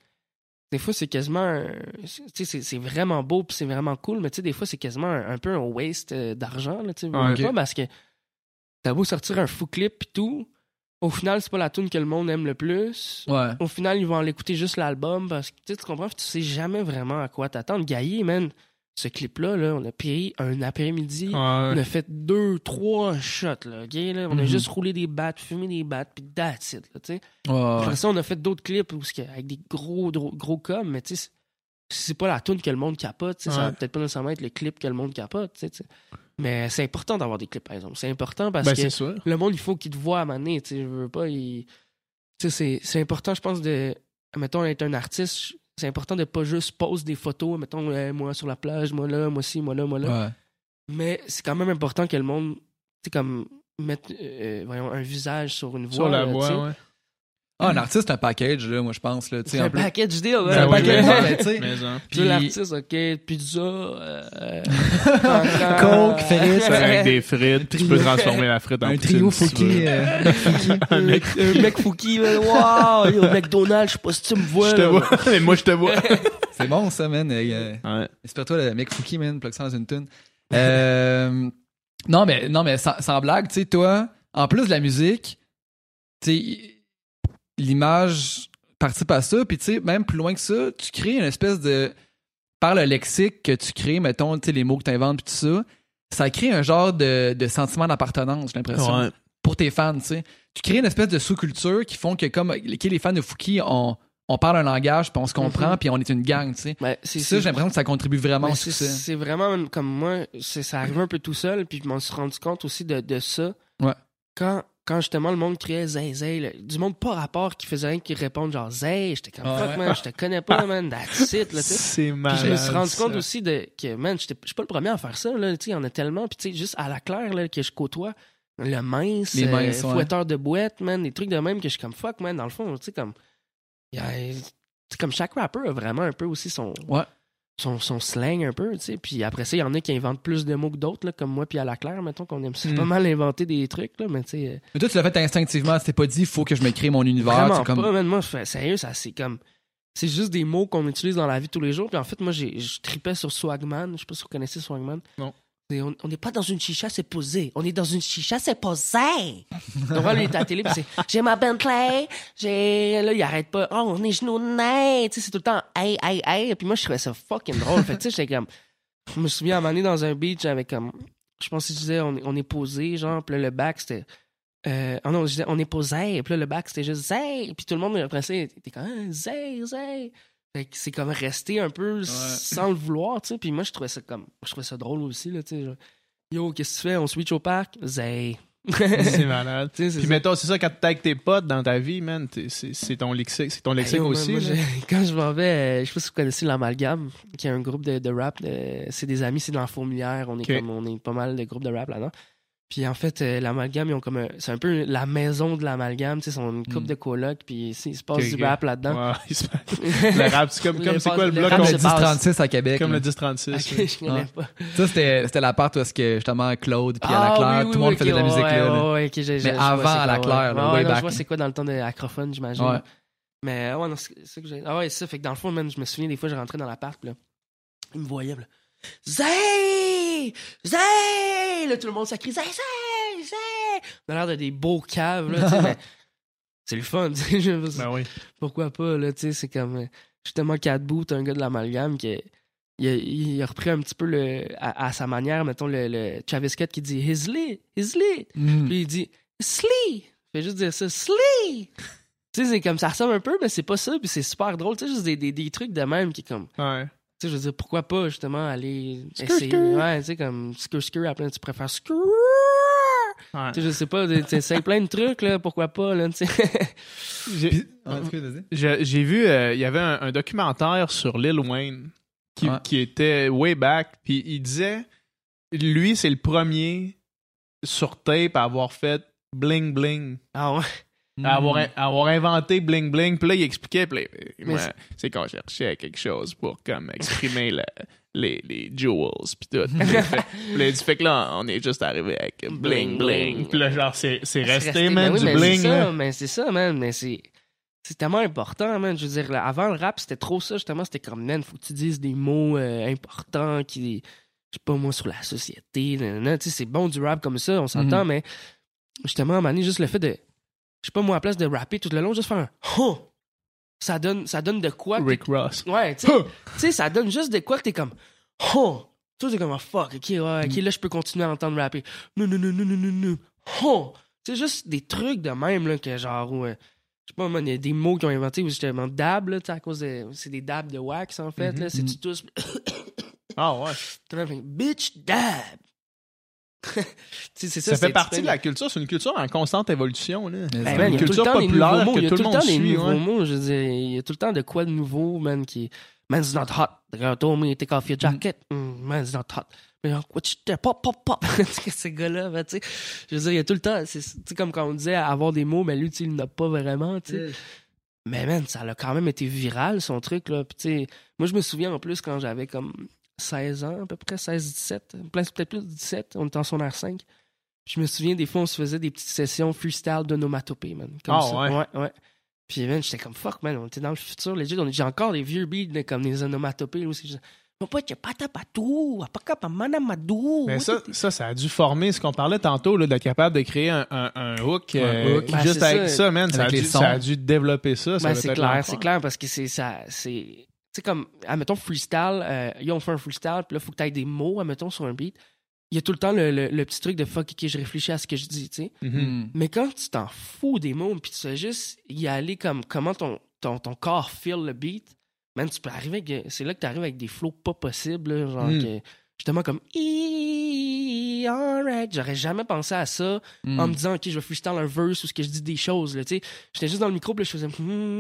des fois, c'est quasiment tu sais, c'est vraiment beau puis c'est vraiment cool, mais tu sais, des fois, c'est quasiment un peu un waste d'argent, là, tu sais, Ouais, veux ok. pas, parce que t'as beau sortir un fou clip pis tout, au final, c'est pas la tune que le monde aime le plus. Ouais. Au final, ils vont aller écouter juste l'album parce que tu comprends, tu sais jamais vraiment à quoi t'attendre. Gaillé, man, ce clip-là, là, on a payé un après-midi. Ouais. On a fait 2-3 shots, là, ok, là. On a Mhm. juste roulé des battes, fumé des battes, puis that's it, là, tu sais. Ouais. Après ça, on a fait d'autres clips avec des gros coms, mais tu sais, c'est pas la tune que le monde capote, tu sais, ça va Ouais. peut-être pas nécessairement être le clip que le monde capote, tu sais. Mais c'est important d'avoir des clips, par exemple. C'est important parce Ben, que c'est sûr. le monde, il faut qu'il te voit à un moment donné, tu sais, je veux pas, tu sais, c'est important, je pense, mettons, être un artiste, c'est important de pas juste poser des photos, mettons, moi sur la plage, moi là, moi ci, moi là, moi là. Ouais. Mais c'est quand même important que le monde, tu sais, comme, mette, voyons, un visage sur une voix. Sur la là, tu sais. voix, ouais. Ah, un artiste, c'est un package, là, moi, je pense. Là, tu sais, C'est en un plus. package deal, Ben ouais. C'est un oui, package, oui. non, mais tu sais. Mais, hein. Puis l'artiste, ok, pizza, Coke, Ferris, Avec des frites, tu peux transformer la frite en Un poutine trio si tu Fouki. veux. un mec Fouki, wow, yo, McDonald's, je sais pas si tu me vois. Je te là. vois, mais moi je te vois. C'est bon, ça, man. Ouais. Espère-toi, le mec Fouki, man, plug ça dans une tune. Non, mais sans blague, tu sais, toi, en plus de la musique, tu sais, l'image participe à ça, puis tu sais, même plus loin que ça, tu crées une espèce de... Par le lexique que tu crées, mettons, tu sais, les mots que tu inventes, puis tout ça, ça crée un genre de sentiment d'appartenance, j'ai l'impression. Ouais. Pour tes fans, tu sais. Tu crées une espèce de sous-culture qui font que, comme les fans de Fouki, on parle un langage, puis on se comprend, Mhm. puis on est une gang, tu sais. Ben, Puis ça, j'ai l'impression que ça contribue vraiment mais au c'est succès. c'est vraiment comme moi, ça arrive un peu tout seul, puis je m'en suis rendu compte aussi de ça. Ouais. Quand justement le monde criait Zay Zay, là, du monde pas rapport qui faisait rien qui répondre genre Zay, j'étais comme Ouais. fuck man, je te connais pas man, that's it, là, tu sais. C'est Puis malade. je me suis rendu compte ça. aussi que man, je suis pas le premier à faire ça, là, tu sais, il y en a tellement, puis tu sais, juste à la claire là, que je côtoie, le mince, Les minces, ouais. fouetteur de boîte, man, des trucs de même que je suis comme fuck man, dans le fond, tu sais, comme. Tu c'est comme chaque rappeur a vraiment un peu aussi son slang un peu, tu sais. Puis après ça, il y en a qui inventent plus de mots que d'autres, là, comme moi puis à la Claire, mettons qu'on aime ça pas mal inventer des trucs, là, mais tu sais... Mais toi, tu l'as fait instinctivement, tu t'es pas dit, faut que je me crée mon univers. Vraiment comme... pas, man. Moi, sérieux, ça, c'est comme... C'est juste des mots qu'on utilise dans la vie de tous les jours. Puis en fait, moi, je tripais sur Swagman. Je sais pas si vous connaissez Swagman. Non. On n'est pas dans une chicha, c'est posé. On est dans une chicha, c'est posé. Donc là, il est à la télé, puis c'est j'ai ma Bentley, là, il arrête pas. Oh, on est genoux de nez. Tu sais, c'est tout le temps hey. Puis moi, je trouvais ça fucking drôle. Fait tu sais, j'étais comme. Je me souviens à un moment donné dans un beach avec comme. Je pense que je disais on est posé, genre, puis là, le back, c'était. Non, je disais on est posé, puis là, le back, c'était juste zay. Puis tout le monde, après ça, était comme zay. Fait que c'est comme resté un peu sans le vouloir, tu sais. Puis moi, je trouvais ça drôle aussi, là, tu sais. Yo, qu'est-ce que tu fais? On switch au parc? Zay. C'est malade. Puis mettons, c'est ça, quand t'es avec tes potes dans ta vie, man, c'est ton lexique aussi. Moi, quand je m'en vais, je sais pas si vous connaissez l'Amalgame, qui est un groupe de rap. C'est des amis, c'est dans la fourmilière. On est pas mal de groupes de rap là-dedans. Puis en fait, l'Amalgame, ils ont comme c'est un peu la maison de l'Amalgame, tu sais, ils sont une couple de colocs, puis il se passe du rap là-dedans. Ouais, le rap, c'est comme c'est quoi le bloc? Comme le 1036 à Québec. Comme le 1036. Okay, je connais pas. Ça, c'était la part où est-ce que justement Claude puis à la Claire, tout le monde faisait de la musique là. Mais avant à la Claire, way back. Je vois c'est quoi dans le temps de acrophone, j'imagine. Ouais. Mais ouais, non, c'est ça que j'ai. Ah ouais, c'est ça. Fait que dans le fond, man, je me souviens des fois, je rentrais dans l'appart, là. Ils me voyaient, là. Zay! Là, tout le monde s'accrie Zay! On a l'air de des beaux caves, là, tu sais, mais c'est le fun, tu sais. Ben oui. Pourquoi pas, là, tu sais, c'est comme. Justement, Cat Boot, un gars de l'Amalgame qui. Il a repris un petit peu à sa manière, mettons, le Travis Scott qui dit He's lit. Puis il dit Slee. Il fait juste dire ça, Slee. Tu sais, c'est comme ça ressemble un peu, mais c'est pas ça, puis c'est super drôle, tu sais, juste des trucs de même qui comme. Ouais. Tu sais, je veux dire, pourquoi pas, justement, aller essayer. Ouais, tu sais, comme skur, après, tu préfères skur. Ouais. Tu sais, je sais pas, tu sais, plein de trucs, là, pourquoi pas, là, tu sais. J'ai vu, il y avait un documentaire sur Lil Wayne qui était way back, puis il disait, lui, c'est le premier sur tape à avoir fait bling bling. Ah ouais? Avoir inventé bling bling, puis là, il expliquait, puis moi, c'est qu'on cherchait quelque chose pour comme exprimer les jewels, puis tout. Puis là, il dit, fait que là, on est juste arrivé avec bling bling. Puis là, genre, c'est resté, man, du bling. C'est ça, man, mais c'est tellement important, man. Je veux dire, là, avant le rap, c'était trop ça, justement. C'était comme, man, faut que tu dises des mots importants qui, je sais pas moi, sur la société. Tu sais, c'est bon du rap comme ça, on s'entend, mais justement, à un moment donné, juste le fait de, je sais pas moi, à la place de rapper tout le long, juste faire un huh! Ça donne de quoi. Rick Ross. Ouais, tu sais, ça donne juste de quoi que t'es comme huh! Tu sais, t'es comme fuck, ok, là, je peux continuer à entendre rapper. Non. Huh! C'est juste des trucs de même, là, que genre, je sais pas, man, il y a des mots qu'ils ont inventés, ou justement dab, là, à cause c'est des dabs de wax, en fait, là, c'est du tous. Ah ouais. Bitch dab! Ça fait partie de la culture, c'est une culture en constante évolution, là. Ben, une culture populaire que tout le monde suit. Il y a tout le temps des nouveaux mots, je veux dire, il y a tout le temps de quoi de nouveau, man, qui man's not hot. The girl told me to take off your jacket. Man's not hot. Mais what you pop. Ces gars-là, ben, tu sais, je veux dire, il y a tout le temps, c'est comme quand on disait avoir des mots, mais lui, tu sais, il n'en a pas vraiment, tu sais. Mais man, ça a quand même été viral, son truc, là. Puis tu sais, moi, je me souviens en plus quand j'avais comme 16 ans, à peu près, 16-17, peut-être plus de 17, on était en secondaire 5. Je me souviens, des fois, on se faisait des petites sessions freestyle d'onomatopée, man. Comme ça. Ouais. Puis, man, j'étais comme, fuck, man, on était dans le futur, legit. J'ai encore des vieux beats, comme des onomatopées, là, aussi. Mais ça a dû former ce qu'on parlait tantôt, là, d'être capable de créer un hook, juste avec ça, man. Ça a dû développer ça. Ben, c'est clair, parce que c'est tu sais, comme, admettons, freestyle, on fait un freestyle, puis là, il faut que tu aies des mots, admettons, sur un beat. Il y a tout le temps le petit truc de fuck, ok, je réfléchis à ce que je dis, tu sais. Mais quand tu t'en fous des mots, puis tu fais juste y aller comme comment ton corps feel le beat, man, tu peux arriver avec, c'est là que tu arrives avec des flows pas possibles, là, genre, que, justement, comme, alright, j'aurais jamais pensé à ça en me disant, ok, je vais freestyle un verse ou ce que je dis des choses, là, tu sais. J'étais juste dans le micro, puis là, je faisais,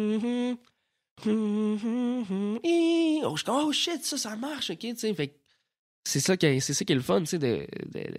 oh shit, ça marche, ok, tu sais. Fait c'est ça qui est le fun, tu sais,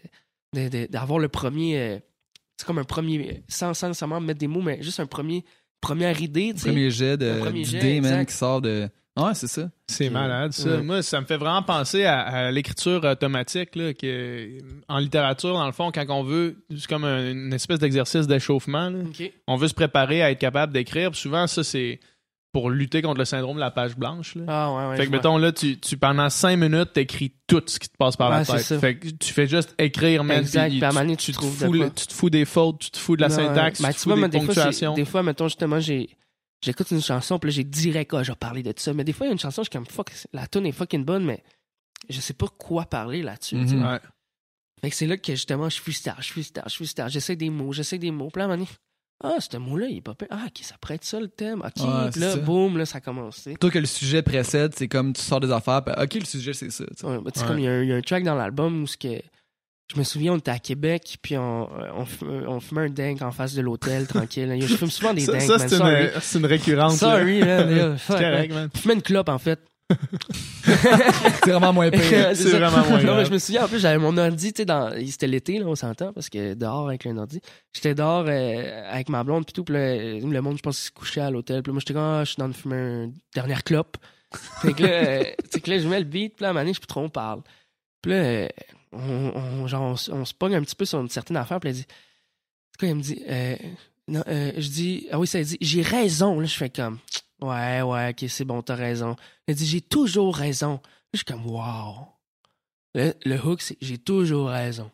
d'avoir le premier, c'est comme un premier, sans nécessairement mettre des mots, mais juste un premier première idée, tu sais. Premier jet Le premier jet, d'idée, man, exact. qui sort de... Ouais, c'est ça. C'est malade, ça. Ouais. Moi, ça me fait vraiment penser à l'écriture automatique, là, que, en littérature, dans le fond, quand on veut, c'est comme une espèce d'exercice d'échauffement, là. OK. On veut se préparer à être capable d'écrire. Puis souvent, ça, c'est pour lutter contre le syndrome de la page blanche, là. Ah, ouais, Fait que, mettons, là, tu pendant 5 minutes, t'écris tout ce qui te passe par la Ouais, c'est tête. ça. Fait que tu fais juste écrire, man. Exact. Puis Puis à un moment donné, tu te trouves fous de quoi. tu te fous des fautes, tu te fous de la syntaxe, Ben, tu te fous des des fois, ponctuations. des fois, mettons, justement, j'écoute une chanson, puis là, j'ai direct, je vais parler de ça. Mais des fois, il y a une chanson, je suis comme, fuck, la tune est fucking bonne, mais je sais pas quoi parler là-dessus. tu sais. Mhm. Ouais. Fait que c'est là que, justement, je freestyle. J'essaie des mots. Puis là, à un moment donné, ce mot-là, il est pas pire. Ah, ok, ça pourrait être ça le thème. Ok, Ouais, puis là, c'est ça. boum, là, ça commence. tu sais. Plutôt que le sujet précède, c'est comme tu sors des affaires, puis OK, le sujet, c'est ça. tu sais. Ouais, bah, tu sais, Ouais. comme il y a un track dans l'album où je me souviens, on était à Québec, puis on fumait un dank en face de l'hôtel, tranquille. Je fume souvent des danks, Ça, man. c'est une récurrente. là. Sorry, man. C'est correct, man. Je fumais une clope, en fait. C'est vraiment moins pire. C'est C'est ça. vraiment moins Non, mais grave. je me souviens, en plus, j'avais mon ordi, tu sais, c'était l'été, là, on s'entend, parce que dehors avec un ordi. J'étais dehors avec ma blonde, puis tout, puis là, le monde, je pense, se couchait à l'hôtel. Puis là, moi, j'étais comme, je suis dans de fumer une dernière clope. Fait que là, tu sais, que là, je mets le beat, puis là, à un moment donné, je sais plus trop, on parle. Puis là, on se pogne un petit peu sur une certaine affaire, puis elle dit, c'est quoi, elle me dit, non, je dis, ah oui, ça dit, j'ai raison. Là, je fais comme, ouais, ok, c'est bon, t'as raison. Elle dit, j'ai toujours raison. Là, je suis comme, wow. Le hook, c'est, j'ai toujours raison.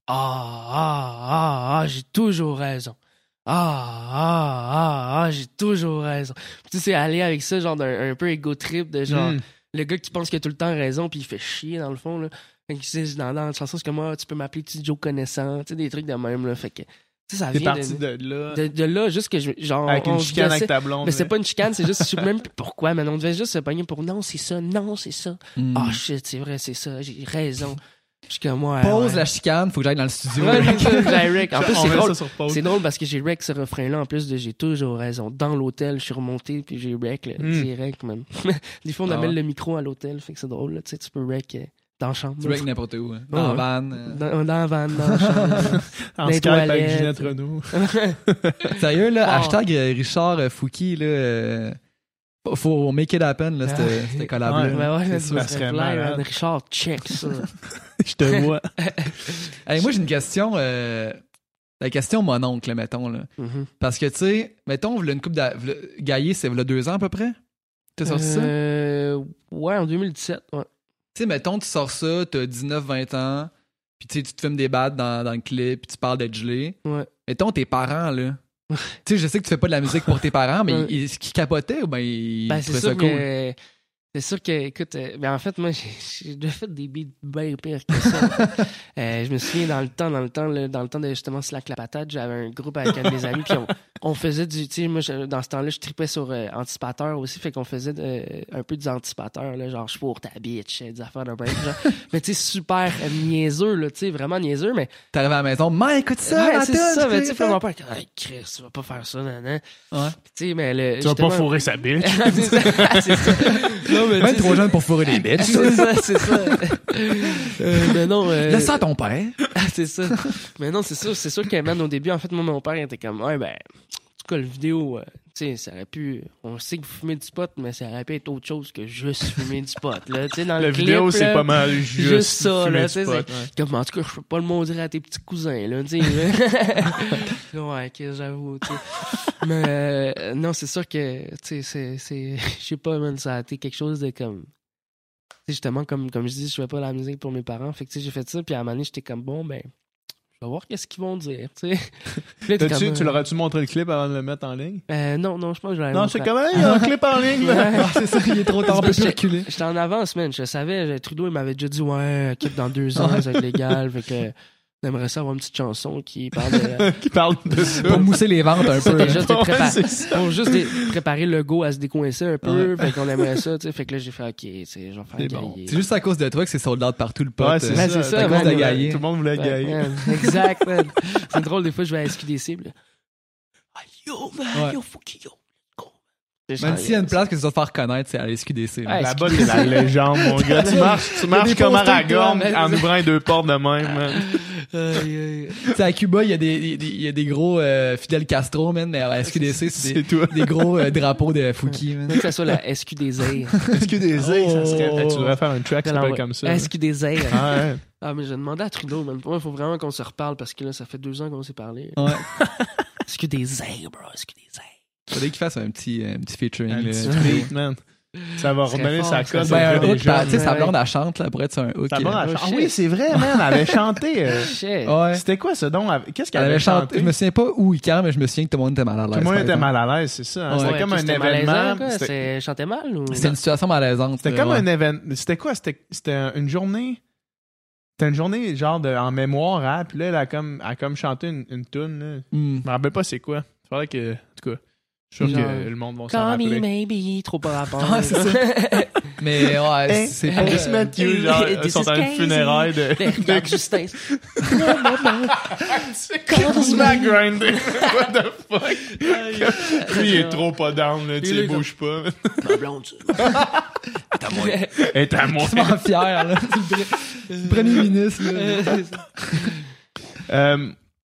J'ai toujours raison. J'ai toujours raison. Puis, tu sais, c'est aller avec ça, genre, un peu ego trip, de genre, le gars qui pense qu'il a tout le temps raison, puis il fait chier, dans le fond, là. Fait que, tu sais, dans la chanson, c'est comme, tu peux m'appeler petit Joe connaissant, tu sais, des trucs de même, là. Fait que, tu sais, ça T'es vient parti de là. de là, juste que genre. Avec une on chicane gossait. avec ta blonde. Mais c'est pas une chicane, c'est juste, je sais même plus pourquoi, mais on devait juste se pogner pour non, c'est ça. Mm. Ah, shit, c'est vrai, c'est ça, j'ai raison. Je suis comme, moi. Pause la chicane, faut que j'aille dans le studio. Ouais, j'ai rec. En plus, On c'est met drôle. ça sur pause. C'est drôle parce que j'ai rec ce refrain-là, en plus de j'ai toujours raison. Dans l'hôtel, je suis remonté, puis j'ai rec, là, direct, même. Des fois, on Ah amène ouais. le micro à l'hôtel, fait que c'est drôle, là, tu sais, tu peux rec dans la chambre. Tu break n'importe où. Hein. Dans Ouais. la van. Dans la van, dans la chambre. En les Skype avec toilettes. Ginette Renault. Sérieux, là, Oh. hashtag Richard Fouki, là, faut make it happen, là, cette collab-là. Ouais, Ben ouais, C'est ça sûr. ça serait serait malade. Richard, check ça. Je te vois. Hey, moi, j'ai une question, la question mon oncle, là, mettons, là. Mhm. Parce que, tu sais, mettons, v'là une coupe Gaillé, c'est v'là 2 ans à peu près? T'as sorti ça? Ouais, en 2017, ouais. Tu sais, mettons, tu sors ça, t'as 19-20 ans, puis tu sais, tu te filmes des battes dans le clip, puis tu parles d'être gelé. Ouais. Mettons, tes parents, là. Tu sais, je sais que tu fais pas de la musique pour tes parents, mais Ouais. Est-ce qu'ils capotaient ou ben ils Ben, c'est trouvaient sûr ça cool? que... C'est sûr que, écoute, ben en fait, moi, j'ai déjà fait des beats bien pires que ça. Je me souviens, dans le temps de justement Slack la patate, j'avais un groupe avec un de mes amis, puis on faisait du, tu sais, moi, dans ce temps-là, je tripais sur Anticipateur aussi, fait qu'on faisait un peu des anticipateurs, là, genre, je pour ta bitch, des affaires d'un peu, genre. Mais tu sais, super niaiseux, là, tu sais, vraiment niaiseux, mais. T'arrives à la maison, mais écoute ça, Ouais, la c'est toune, ça, mais j'ai tu sais, fait. puis mon père, hey, Chris, tu vas pas faire ça, nan. Ouais. Tu sais, mais le. Tu vas pas justement- fourrer sa bitch. c'est ça, c'est ça. Non, mais Même tu sais, trop jeune pour fourrer des bitches. c'est ça. Mais non. Laisse ça à ton père. C'est ça. Mais non, c'est sûr que, man, au début, en fait, moi, mon père était comme, ouais, ben, en tout cas, le vidéo, tu sais, ça aurait pu. On sait que vous fumez du pot, mais ça aurait pu être autre chose que juste fumer du pot, là. Tu sais, dans La le vidéo, clip, c'est là, pas mal juste ça, fumer là, du tu sais, pot, c'est- ouais. Comme, en tout cas, je peux pas le montrer à tes petits cousins, là, tu sais. Ouais, ok, j'avoue, tu sais. Mais non, c'est sûr que, tu sais, c'est je sais pas, man, ça a été quelque chose de comme. Tu sais, justement, comme je dis, je fais pas la musique pour mes parents. Fait que, tu sais, j'ai fait ça, puis à un moment donné, j'étais comme, bon, ben, je vais voir qu'est-ce qu'ils vont dire, tu sais. Puis là, t'es comme, Tu leur as-tu montré le clip avant de le mettre en ligne? non, je pense que je l'avais Non, montré c'est quand même, il y a un clip en ligne, là. Ouais. Ah, c'est ça, il est trop tard, on peut plus reculer. J'étais en avance, man. Je savais, Trudeau, il m'avait déjà dit, ouais, clip dans 2 ans, ça va être légal. Fait que, j'aimerais ça avoir une petite chanson qui parle de. Qui parle de ça. Pour mousser les ventes un peu. Déjà, Ouais, c'est ça. pour juste préparer le go à se décoincer un peu. Fait qu'on aimerait ça, tu sais. Fait que là, j'ai fait, ok, tu sais, je vais faire C'est bon. gailler. C'est juste à cause de toi que c'est sold out partout le pot. Ouais, c'est Ben, ça. c'est ça, à man. cause de Ouais, Gaillé. ouais. Tout le monde voulait Ouais, Gaillé. man. Exact, man. C'est drôle, des fois, je vais à SQDC, là. Ah, yo, man, Ouais. yo, fuck yo. Go. Même s'il y a une place que tu dois te faire reconnaître, c'est à la SQDC. là. Ouais, Là-bas, t'es la légende, mon gars. Tu marches des comme posters Aragorn de toi, en ouvrant les deux portes de même, man. Tu sais, à Cuba, il y a des gros Fidel Castro, man, mais à la SQDC, c'est toi. des gros drapeaux de Fouki, man. Que ça soit la SQDZ. Est-ce que des ailes, ça serait... Oh. Tu devrais faire un track qui s'appelle comme ça. SQDZ. Ah, ouais. Ah, mais j'ai demandé à Trudeau, man. Pour moi, il faut vraiment qu'on se reparle parce que là, ça fait 2 ans qu'on s'est parlé. Ouais. SQDZ, bro. SQDZ. Faudrait qu'il fasse un petit featuring. Un là. petit beat, man. Ça va serait redonner fort, sa ça cote. serait Ben, un auprès des hook, tu sais, jeunes. sa Ouais. blonde, elle chante, là, pourrait être un hook. Sa blonde, elle Oh, chante. Ah shit. oui, c'est vrai, man. Elle avait chanté. Shit. Ouais. C'était quoi ce don? Qu'est-ce qu'elle Elle avait avait chanté. chanté? Je me souviens pas où et quand, mais je me souviens que tout le monde était mal à l'aise. Tout le monde par était exemple. mal à l'aise, c'est ça. hein. Ouais. C'était Ouais, comme puis un c'était malaisant, événement. quoi. C'était C'est chantait mal ou? C'était une situation malaisante. comme ouais. un événement. C'était quoi? C'était une journée. C'était une journée genre en mémoire, hein? Puis là, elle a comme chanté une toune. Là. Hmm. Je me rappelle pas c'est quoi. Il faudrait que. En tout cas, je suis sûr Genre, que le monde va s'en Call me rappeler. maybe, trop par rapport. Ah, c'est ça. Mais ouais, Hey, c'est I pas. just met you, genre, ils sont à une funérailles de. Regarde Justin. Smack grinding. What the fuck? Lui, il est trop pas down, là. Tu sais, Il est il bouge pas. Ma blonde, ça. Elle est à moi. tellement fier, là. C'est le premier ministre, là.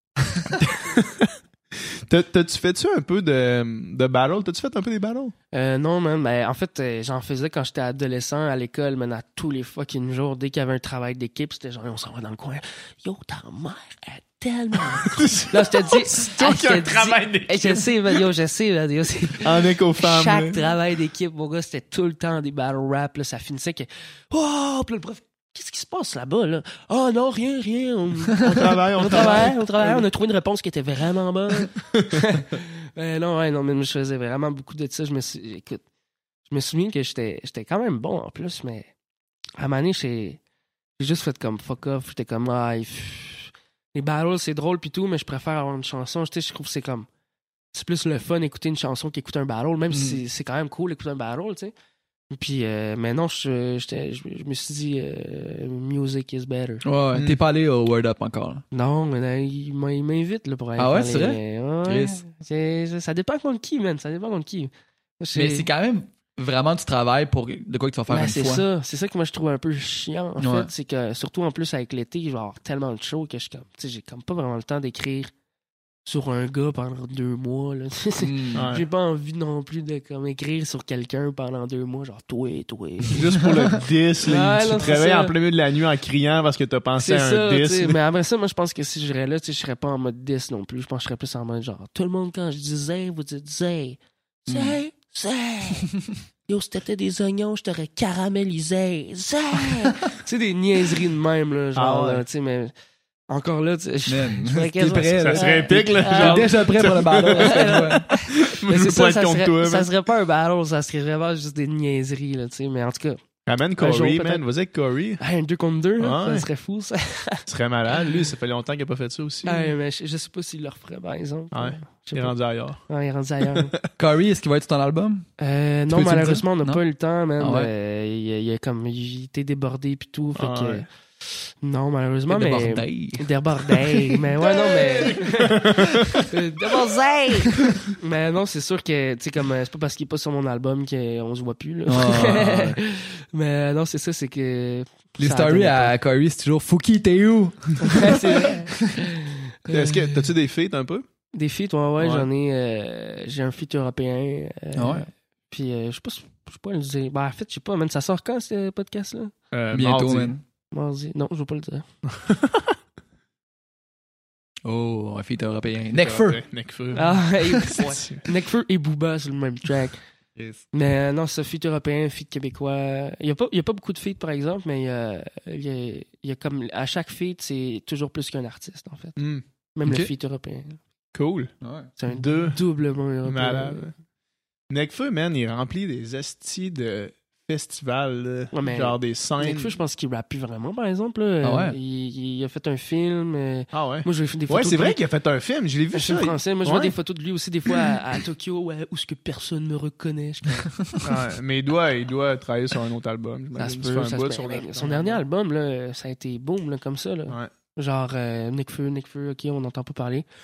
T'as-tu fait-tu un peu de battle? T'as-tu fait un peu des battles? Non, man. Ben, en fait, j'en faisais quand j'étais adolescent à l'école, man, à tous les fucking jours. Dès qu'il y avait un travail d'équipe, c'était genre, on s'en va dans le coin. Yo, ta mère est tellement cool. Là, je te dis. C'est toi qui as un travail d'équipe. Je sais, man, yo, je sais, man, yo, c'est. En éco-femme. Chaque travail d'équipe, mon gars, c'était tout le temps des battle rap. Là, ça finissait que. Oh, puis là, le prof, qu'est-ce qui se passe là-bas, là? Oh non, rien. On travaille. On a trouvé une réponse qui était vraiment bonne. Non, mais je faisais vraiment beaucoup de ça. Je me souviens que j'étais quand même bon en plus, mais à un moment donné, j'ai juste fait comme fuck off. J'étais comme, les battles, c'est drôle pis tout, mais je préfère avoir une chanson. Tu sais, je trouve que c'est plus le fun d'écouter une chanson qu'écouter un battle, même si c'est quand même cool d'écouter un battle, tu sais. Puis, mais non, je me suis dit, music is better. Ouais, t'es pas allé au Word Up encore, là. Non, mais là, il m'invite là, pour aller. Ah ouais, c'est vrai? Ouais, Chris. ça dépend contre qui, man. Ça dépend contre qui. Mais c'est quand même vraiment du travail pour de quoi que tu vas faire Ben, une c'est fois. ça. C'est ça que moi je trouve un peu chiant, en Ouais. fait. C'est que, surtout en plus avec l'été, je vais avoir tellement de shows que j'ai comme pas vraiment le temps d'écrire sur un gars pendant 2 mois, là. Ouais. J'ai pas envie non plus de comme écrire sur quelqu'un pendant 2 mois, genre toi. Juste pour le 10, là, Ouais, tu non, te c'est réveilles ça. en plein milieu de la nuit en criant parce que t'as pensé C'est à un ça, 10. tu sais. Mais après ça, moi je pense que si j'irais là, tu sais, je serais pas en mode 10 non plus. Je pense que je serais plus en mode genre, tout le monde quand je disais, vous dites Zay. Yo, si t'étais des oignons, je t'aurais caramélisé. Zay! Tu sais, des niaiseries de même, là, genre, Ah ouais. là, tu sais, mais encore là, tu sais, Man, je ferais t'es quasiment prêt, Ça là. serait épique, là. Ah, Genre, T'es déjà prêt pour le battle. Mais je c'est veux ça, pas être contre toi, ça man. serait pas un battle, ça serait vraiment juste des niaiseries, là, tu sais, mais en tout cas, Ramène Un jour, Corey, peut-être. man. Vas-y avec Corey. un 2 contre 2, là, Ouais. ça serait fou, ça. Tu serais malade. Lui, ça fait longtemps qu'il a pas fait ça aussi. Mais je sais pas s'il le referait, par exemple. Ouais. Je sais Il est pas. rendu ailleurs. Ouais, il est rendu ailleurs. Corey, est-ce qu'il va être sur ton album? Non, peux-tu le malheureusement, on n'a dire? pas eu le temps, man. Ah ouais. Il a comme, il était débordé pis tout, fait Ah que... ouais. Non, malheureusement, mais... Débordé. Débordé. Mais ouais, non, mais... Débordé! Mais non, c'est sûr que, tu sais, comme, c'est pas parce qu'il est pas sur mon album qu'on se voit plus, là. Ah. Mais non, c'est ça, c'est que... Les ça stories donnait à Corey, c'est toujours Fouki, t'es où? pas. C'est vrai. Est-ce que t'as-tu des feats un peu? Des feats, ouais, Ouais. j'en ai... j'ai un feat européen. Ah ouais? Puis, je sais pas le dire. Ben, en fait, je sais pas, man, ça sort quand, ce podcast-là? Bientôt, Mardi. man. Mardi. Non, je veux pas le dire. Oh, un feat européen. Necfeu. Necfeu. Ah, Necfeu et Booba sur le même track. Mais non, c'est feat européen, feat québécois. Il y a pas beaucoup de feats, par exemple, mais il y a comme... À chaque feat, c'est toujours plus qu'un artiste, en fait. Hmm. Même Ok. le feat européen. Cool. Ouais. C'est un Deux. doublement européen. Malade. Necfeu, man, il remplit des estis de festivals, là. Ouais, mais Genre des scènes. Necfeu, je pense qu'il rappe plus vraiment, par exemple. Là. Ah ouais? Il a fait un film. Ah ouais? Moi, j'ai fait des Ouais, photos c'est de vrai lui. qu'il a fait un film. Je l'ai vu Un ça. film français. Moi, je Ouais. vois des photos de lui aussi, des fois, à Tokyo, où ce que personne me reconnaît. Je suis comme, Ouais, mais il doit travailler sur un autre album. ça se j'imagine. peut, fait un ça bout se peut. sur Mais le- son dernier album, là, ça a été boom, là, comme ça. Là. Ouais. Genre, Necfeu, OK, on n'entend pas parler.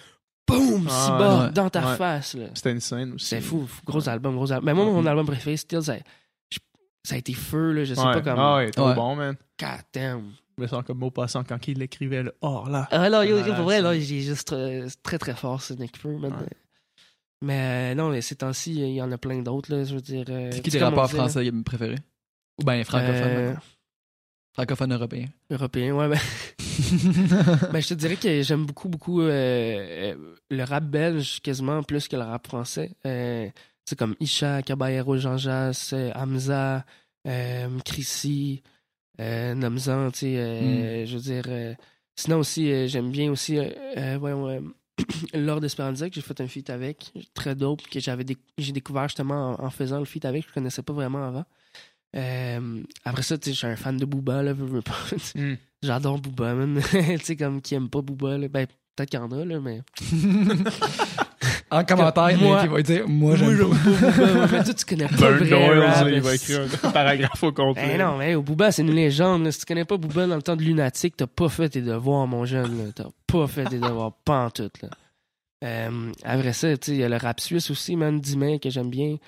boum, si bas, ouais. dans ta Ouais. face. Là. C'était une scène aussi. C'est fou. Gros album. Mais moi, mon album préféré, Still, ça a été feu. Là, je sais pas comment. Ah ouais, trop Ouais. bon, man. God damn. Je me sens comme mot passant quand il l'écrivait, là. Oh, là. Ah là, Ah, pour vrai, ça- là, j'ai juste très très fort, ce Nick Fury. Ouais. Mais non, mais ces temps-ci, il y en a plein d'autres. Là, je veux dire. C'est qui tu sais, tes comme on rappeurs disait, là, français préférés? Ou bien francophones? Francophones européens. Européen, ouais. Ben, je te dirais que j'aime beaucoup le rap belge quasiment plus que le rap français. C'est comme Isha, Caballero, Jean Jass, Hamza, Chrissy, Namzan, tu sais, je veux dire. Sinon aussi, j'aime bien aussi Lord Esperanza que j'ai fait un feat avec, très dope, que j'ai découvert justement en faisant le feat avec, je connaissais pas vraiment avant. Après ça, tu sais, je suis un fan de Booba, là, veux pas. J'adore Booba, man. Tu sais, comme qui aime pas Booba, là. Ben, peut-être qu'il y en a, là, mais. En commentaire, Moi- il va dire moi j'aime pas. Booba. Mais toi, tu connais pas le Burn vrai Doyle, rap. il va écrire un paragraphe au complet. Ben non, mais au Booba, c'est une légende. Là. Si tu connais pas Booba dans le temps de Lunatic, t'as pas fait tes devoirs, mon jeune. Là. T'as pas fait tes devoirs, pas en tout. Là. Après ça, tu sais, il y a le rap suisse aussi, man, Dimain, que j'aime bien.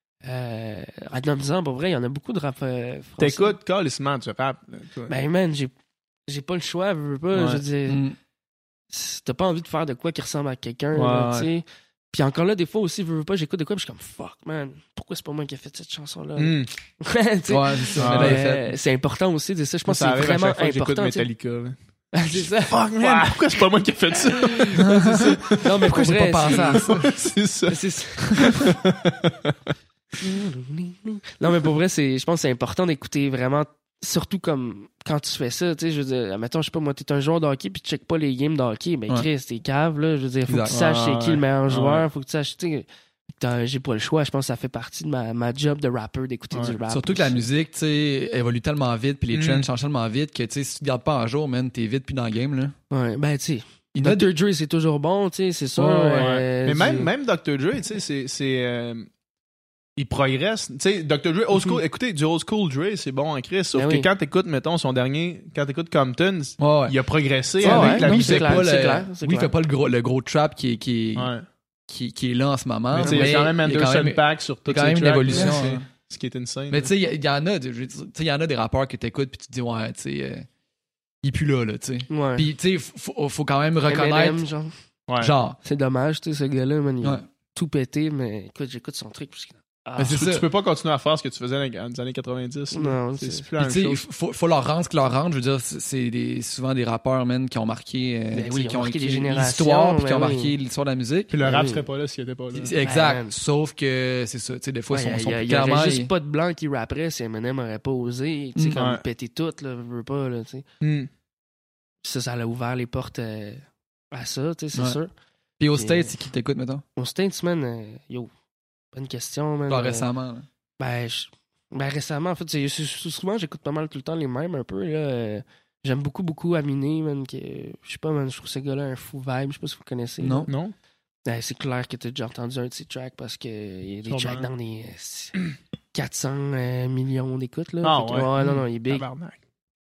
Pour vrai, il y en a beaucoup de rap français. T'écoutes, calissement, tu rappes. là, toi. Ben, man, j'ai pas le choix, veux pas. Ouais. Je veux dire, t'as pas envie de faire de quoi qui ressemble à quelqu'un, là, Ouais, tu sais. Puis encore là, des fois aussi, veux pas, j'écoute de quoi, puis je suis comme fuck, man, pourquoi c'est pas moi qui ai fait cette chanson-là? Hmm. Tu sais. Ouais, c'est ça. Ah, mais là, il Mais, est fait. c'est important aussi, c'est ça. Je pense Ça que c'est arrive à vraiment chaque fois que j'écoute important. tu sais. Metallica. là. C'est ça. Fuck, man, pourquoi c'est pas moi qui ai fait ça? Non, mais Pourquoi pour j'ai vrai, pas pensé à ça? C'est ça. c'est ça. Non, mais pour vrai, je pense que c'est important d'écouter vraiment, surtout comme quand tu fais ça, tu sais, je veux dire, admettons, je sais pas, moi, t'es un joueur de hockey puis tu checkes pas les games de hockey, ben Ouais. Chris, t'es cave, là, je veux dire, faut que Exact. tu saches c'est qui le meilleur Ouais. joueur, faut que tu saches, tu sais, j'ai pas le choix, je pense que ça fait partie de ma job de rapper d'écouter Ouais. du rap. Surtout que la musique, tu sais, évolue tellement vite, puis les trends changent tellement vite que, tu sais, si tu te gardes pas un jour, man, t'es vite plus dans le game, là. Ouais, ben, tu sais, Il y en a Dr. Dre, c'est toujours bon, tu sais, c'est sûr. Ouais. Mais même Dr. Dre, tu sais, c'est il progresse. Tu sais, Dr. Dre, old school, écoutez, du old school Dre, c'est bon en Chris. Sauf Ben que oui. quand t'écoutes, mettons, son dernier, quand t'écoutes Compton, Ouais. il a progressé Ouais, avec ouais. la Oui, musique. c'est clair, pas c'est clair. il fait pas le gros trap qui Ouais. est là en ce moment. Mais tu sais, il y a quand même il y a Anderson .Paak sur il y toutes a quand ses même une tracks, évolution. là, hein. c'est ce qui est insane. Mais tu sais, il y en a, il y en a des rappeurs que t'écoutes puis tu te dis, ouais, tu sais, il est plus là, tu sais. Ouais. Puis, tu sais, faut quand même reconnaître, Eminem, genre. Ouais. genre, C'est dommage, tu sais, ce gars-là, man, il a Ouais. tout pété, mais écoute, j'écoute son truc. Parce que, Mais c'est tu, ça. tu peux pas continuer à faire ce que tu faisais dans les années 90. là. Non, c'est plus la Puis, même tu sais, chose. faut leur rendre ce qu'ils leur rendent. Je veux dire, souvent des rappeurs, man, qui ont marqué, Ben tu sais, oui, qui ont ont marqué écrit des générations, l'histoire, puis qui ben ont oui. marqué l'histoire de la musique. Puis le Ben rap oui. serait pas là s'il était pas là. Exact. Man. Sauf que c'est ça. Tu sais, des fois, Ouais, ils sont il y clairement. aurait juste pas de blanc qui rapperait si Eminem aurait pas osé, tu sais, comme Ouais. péter tout, là, veux pas, là, tu sais. Hmm. Ça a ouvert les portes à ça, tu sais, c'est Ouais. sûr. Puis aux Puis, States, c'est qui t'écoute, mettons? Au States, man, yo, bonne question, man. Genre récemment. là. Ben, récemment, en fait, souvent, j'écoute pas mal tout le temps les mêmes, un peu, là. J'aime beaucoup Aminé, man, je sais pas, man, je trouve ce gars-là un fou vibe, je sais pas si vous connaissez. Non. Non? C'est clair que t'as déjà entendu un de ses tracks parce qu'il y a des Sûrement. tracks dans les 400 millions d'écoutes, là. Ah, Fait que, ouais. non, il est big. Tabarnak.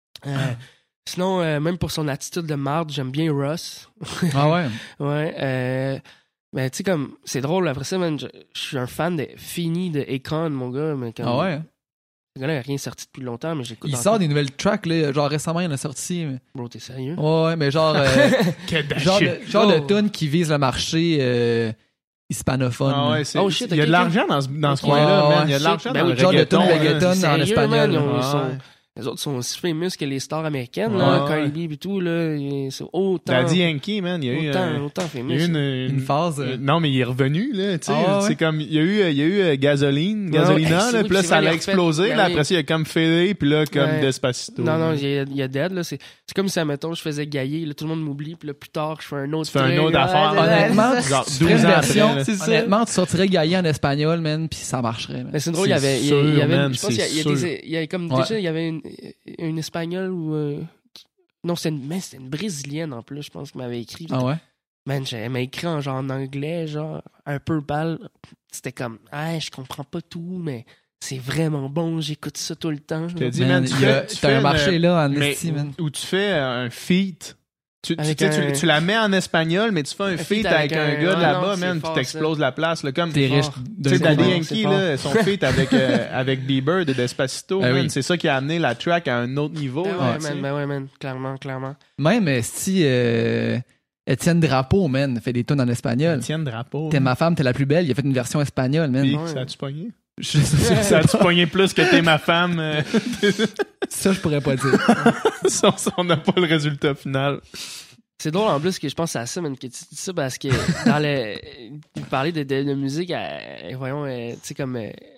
Sinon, même pour son attitude de marde, j'aime bien Russ. Ah ouais? Ouais. Mais tu sais, comme, c'est drôle, après ça, man, je suis un fan fini de Akon, mon gars. Mais comme, Ah ouais? Ce gars-là, il n'a rien sorti depuis longtemps, mais j'écoute. Il encore. sort des nouvelles tracks, là. Genre récemment, il en a sorti. Mais... Bro, t'es sérieux? Ouais, mais genre. genre de Oh. tune qui vise le marché hispanophone. Ah là. ouais, c'est, Oh, shit, il y a ok, de l'argent dans ce Ok. coin-là, Ouais, man. Il y a de ouais. l'argent Ben dans oui, le genre de reggaeton. tune hein. reggaeton en Sérieux, espagnol. man, là. Ouais. Les autres sont aussi famous que les stars américaines, Ouais, là. ouais. Cardi B et tout, là. C'est autant. Daddy Yankee, man, il y a eu... Autant famous. il y a eu Une phase. non, mais il est revenu, là, tu sais. Ah, ouais. C'est comme, il y a eu Gasolina, Hey, là, c'est- oui, puis là, c'est ça vrai, il a a explosé, refait- là, ben après oui. ça, il y a comme fêlé, puis là, comme Ouais. Despacito. Non, là. il y a Dead, là. C'est comme si, admettons, je faisais gailler, là, tout le monde m'oublie, puis là, plus tard, je fais un autre Tu fais un truc, autre là. affaire. Honnêtement, Genre, tu 12 ferais une ans version. après, là. C'est ça. Honnêtement, tu sortirais Gaïa en espagnol, man, puis ça marcherait. man. Mais c'est drôle, il y C'est avait, sûr, il y avait, man, je pense qu'il y a, c'est il y a sûr. il y a comme Ouais. déjà, il y avait une espagnole ou non, c'était une brésilienne en plus, je pense, qui m'avait écrit. Ah ouais? Man, elle m'a écrit en genre en anglais, genre un peu pâle. C'était comme, je comprends pas tout, mais c'est vraiment bon, j'écoute ça tout le temps. Je te dis, Man, man, il y a- tu t'as fais un une- marché là en mais esti, man. où tu fais un feat Tu la mets en espagnol, mais tu fais un feat avec un gars de là-bas, man, puis t'exploses la place. Là, comme T'es riche. Tu sais, Daddy Yankee, là, son feat avec Bieber de Despacito, man, oui. c'est ça qui a amené la track à un autre niveau. Ouais, man, clairement. Même si Étienne Drapeau, man, fait des tunes en espagnol. Étienne Drapeau. T'es ma femme, t'es la plus belle. Il a fait une version espagnole, man. Puis, ça a-tu pogné? Ça a-tu pogné plus que t'es ma femme? Ça, je pourrais pas dire. Ça, on n'a pas le résultat final. C'est drôle en plus que je pense à ça, man, que tu dis ça parce que dans vous parlez de musique, voyons, tu sais, comme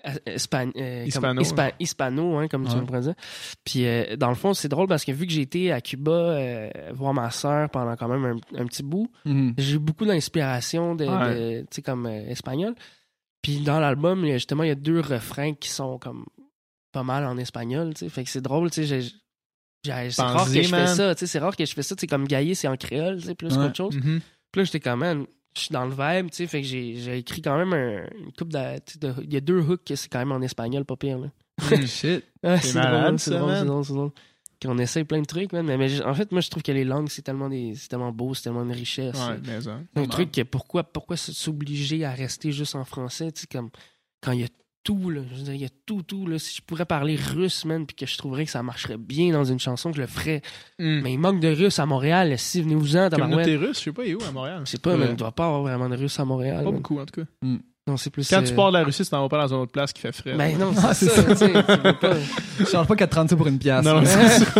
hispano, hein, comme tu me pourrais dire. Puis dans le fond, c'est drôle parce que vu que j'ai été à Cuba voir ma sœur pendant quand même un petit bout, j'ai eu beaucoup d'inspiration tu sais, comme espagnol. Puis dans l'album, justement, il y a 2 refrains qui sont comme pas mal en espagnol, tu sais. Fait que c'est drôle, tu sais, c'est rare que je fais ça, tu sais, c'est rare que je fais ça, tu sais, comme Gaillé, c'est en créole, tu sais, plus qu'autre chose. Puis là, j'étais comme, man, je suis dans le vibe, tu sais, fait que j'ai écrit quand même une couple il y a 2 hooks que c'est quand même en espagnol, pas pire, là. Shit. C'est malade, drôle, c'est drôle. Qu'on essaye plein de trucs, man. Mais en fait, moi, je trouve que les langues, c'est tellement beau, c'est tellement une richesse. Ouais, mais ça. Un truc que pourquoi s'obliger à rester juste en français, tu sais, comme quand il y a tout, là. Je veux dire, il y a tout, là. Si je pourrais parler russe, man, puis que je trouverais que ça marcherait bien dans une chanson, je le ferais. Mais il manque de russe à Montréal. Si, venez-vous-en, communauté russe, je sais pas, il est où à Montréal? Je sais pas, mais il ne doit pas avoir vraiment de russe à Montréal. Pas beaucoup, en tout cas. Non, c'est plus. Quand tu pars de la Russie, tu t'en vas pas dans une autre place qui fait frais. Ben non, c'est ça, tu sais. Je change pas 4,30 ça pour une pièce. Non, c'est ça.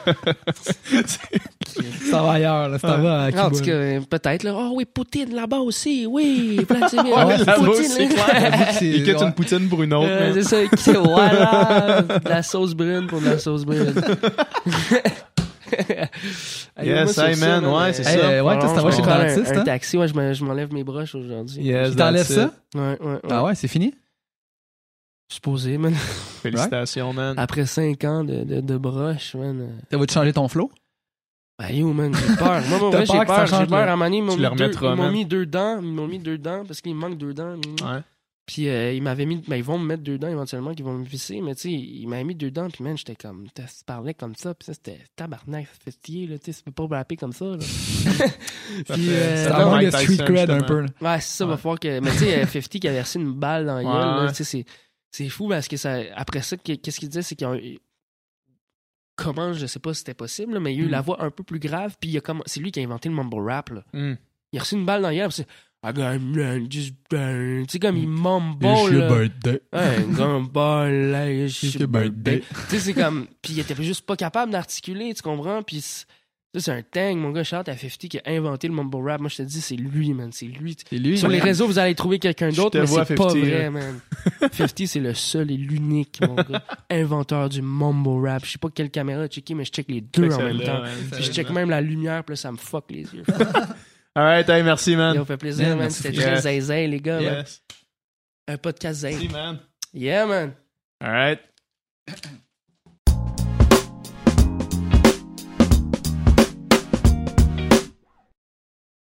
Ça va ailleurs, là. Ça va à Cuba. En tout cas, peut-être, là. Oh oui, Poutine là-bas aussi, oui. Vladimir, là-bas Poutine, aussi, là. Il quitte une poutine pour une autre. C'est ça, voilà. De la sauce brune pour de la sauce brune. Yes, hey man, ouais, c'est ça. Ouais, toi, c'est chez le dentiste, un taxi, ouais, je m'enlève mes broches aujourd'hui. Yes, tu t'enlèves ça? Ouais. Ah ouais, c'est fini? Supposé, man. Félicitations, man. Après 5 ans de broches, man. Ça va te changer ton flow? Ben yo, man, j'ai peur. Moi, j'ai peur. À un moment donné, ils m'ont mis 2 dents. Ils m'ont mis 2 dents parce qu'il me manque 2 dents. Ouais. Puis ils m'avaient mis, ils vont me mettre 2 dents éventuellement, qu'ils vont me visser, mais tu sais, ils m'avaient mis 2 dents, puis man, j'étais comme, tu parlais comme ça, puis ça, c'était tabarnak, ça fait stiller, là, tu sais, tu peux pas rapper comme ça, là. Puis ça manque de street cred un peu, là. Ouais, c'est ça, va falloir que, mais tu sais, 50 qui avait reçu une balle dans la gueule, là, tu sais, c'est fou parce que ça, après ça, qu'est-ce qu'il disait, c'est qu'il y a comment, je sais pas si c'était possible, là, mais il y a eu la voix un peu plus grave, puis c'est lui qui a inventé le mumble rap, là. Il a reçu une balle dans la gueule, puis c'est tu sais, comme il mumble, là. Tu sais, c'est comme. Puis il était juste pas capable d'articuler, tu comprends? Puis ça, c'est un tang, mon gars, shout à 50 qui a inventé le mumble rap. Moi, je te dis, c'est lui, man. C'est lui. Sur les réseaux, vous allez trouver quelqu'un d'autre, mais c'est pas vrai, man. 50, c'est le seul et l'unique, mon gars, inventeur du mumble rap. Je sais pas quelle caméra checker, mais je check les deux en même temps. Puis je check même la lumière, puis là, ça me fuck les yeux. Alright, hey, merci, man. Ça fait plaisir, man. C'était très zay les gars. Yes. Un podcast zay. Merci, man. Yeah, man. Alright.